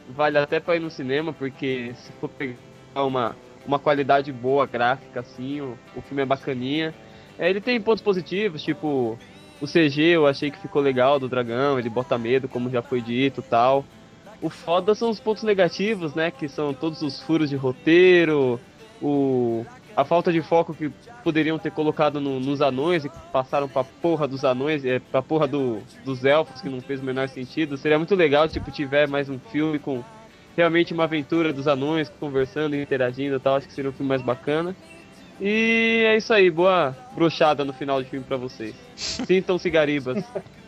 vale até pra ir no cinema, porque se for pegar uma qualidade boa gráfica, assim, o filme é bacaninha. Ele tem pontos positivos, tipo, o CG eu achei que ficou legal do dragão, ele bota medo, como já foi dito e tal. O foda são os pontos negativos, né, que são todos os furos de roteiro, a falta de foco que poderiam ter colocado nos anões e passaram pra porra dos anões, pra porra dos elfos, que não fez o menor sentido. Seria muito legal, tipo, tiver mais um filme com realmente uma aventura dos anões, conversando e interagindo e tal, acho que seria um filme mais bacana. E é isso aí, boa brochada no final do filme pra vocês. Sintam-se garibas.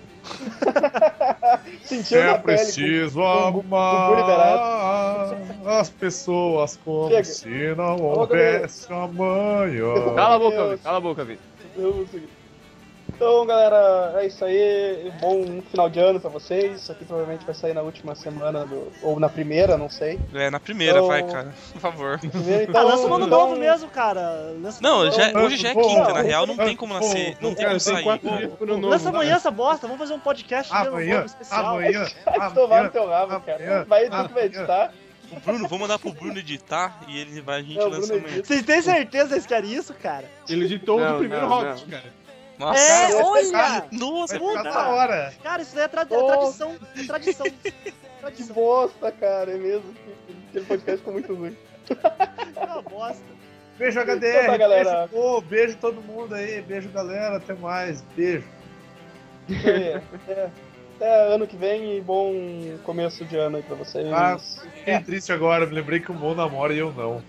Sentiu na É pele. preciso com Gugu liberado. amar as pessoas como Chega. se não Ô, houvesse amanhã. Cala a boca, Vitor. Vamos seguir. Então, galera, é isso aí. Bom final de ano pra vocês. Isso aqui provavelmente vai sair na última semana, ou na primeira, não sei. Na primeira, Então- vai, cara. Por favor. Então, Lança um ano então- novo mesmo, cara. Lança Não, Então, hoje já é quinta, na real não tem como nascer, não tem como Cara, tem sair. 4 dias pro ano novo. Lança amanhã essa bosta, vamos fazer um podcast de ano Amanhã, novo especial. amanhã, Vai tomar no amanhã. teu rabo, cara. amanhã, Vai, tu que vai amanhã. editar. O Bruno, vou mandar pro Bruno editar e a gente É, o lança Bruno amanhã. edita. Vocês têm certeza que vocês querem isso, cara? Ele editou o Não, do primeiro não, Hobbit, cara. Nossa, É, cara, olha! nossa, Vai ficar Puta. da hora. Cara, isso daí é Oh. tradição. É tradição. Que Tradição. bosta, cara. É mesmo. Aquele podcast ficou muito ruim. É uma bosta. Beijo Então HDR, tá, galera. beijo, pô, beijo todo mundo aí, beijo galera, até mais, beijo. Isso aí, até ano que vem e bom começo de ano aí pra vocês. Ah, fiquei triste agora, me lembrei que o Mon namora e eu não.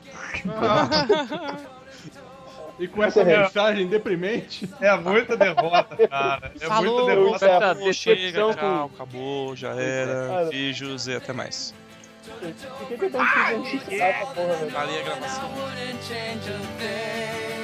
E com essa Encerrei. mensagem deprimente. É muita derrota, cara. É falou, muita derrota. Encerra. acabou, chega, Decepção tchau, acabou, já era. Cara. Beijos e até mais. Por que eu tenho que identificar essa porra, velho? Ali a gravação. wouldn't change a thing.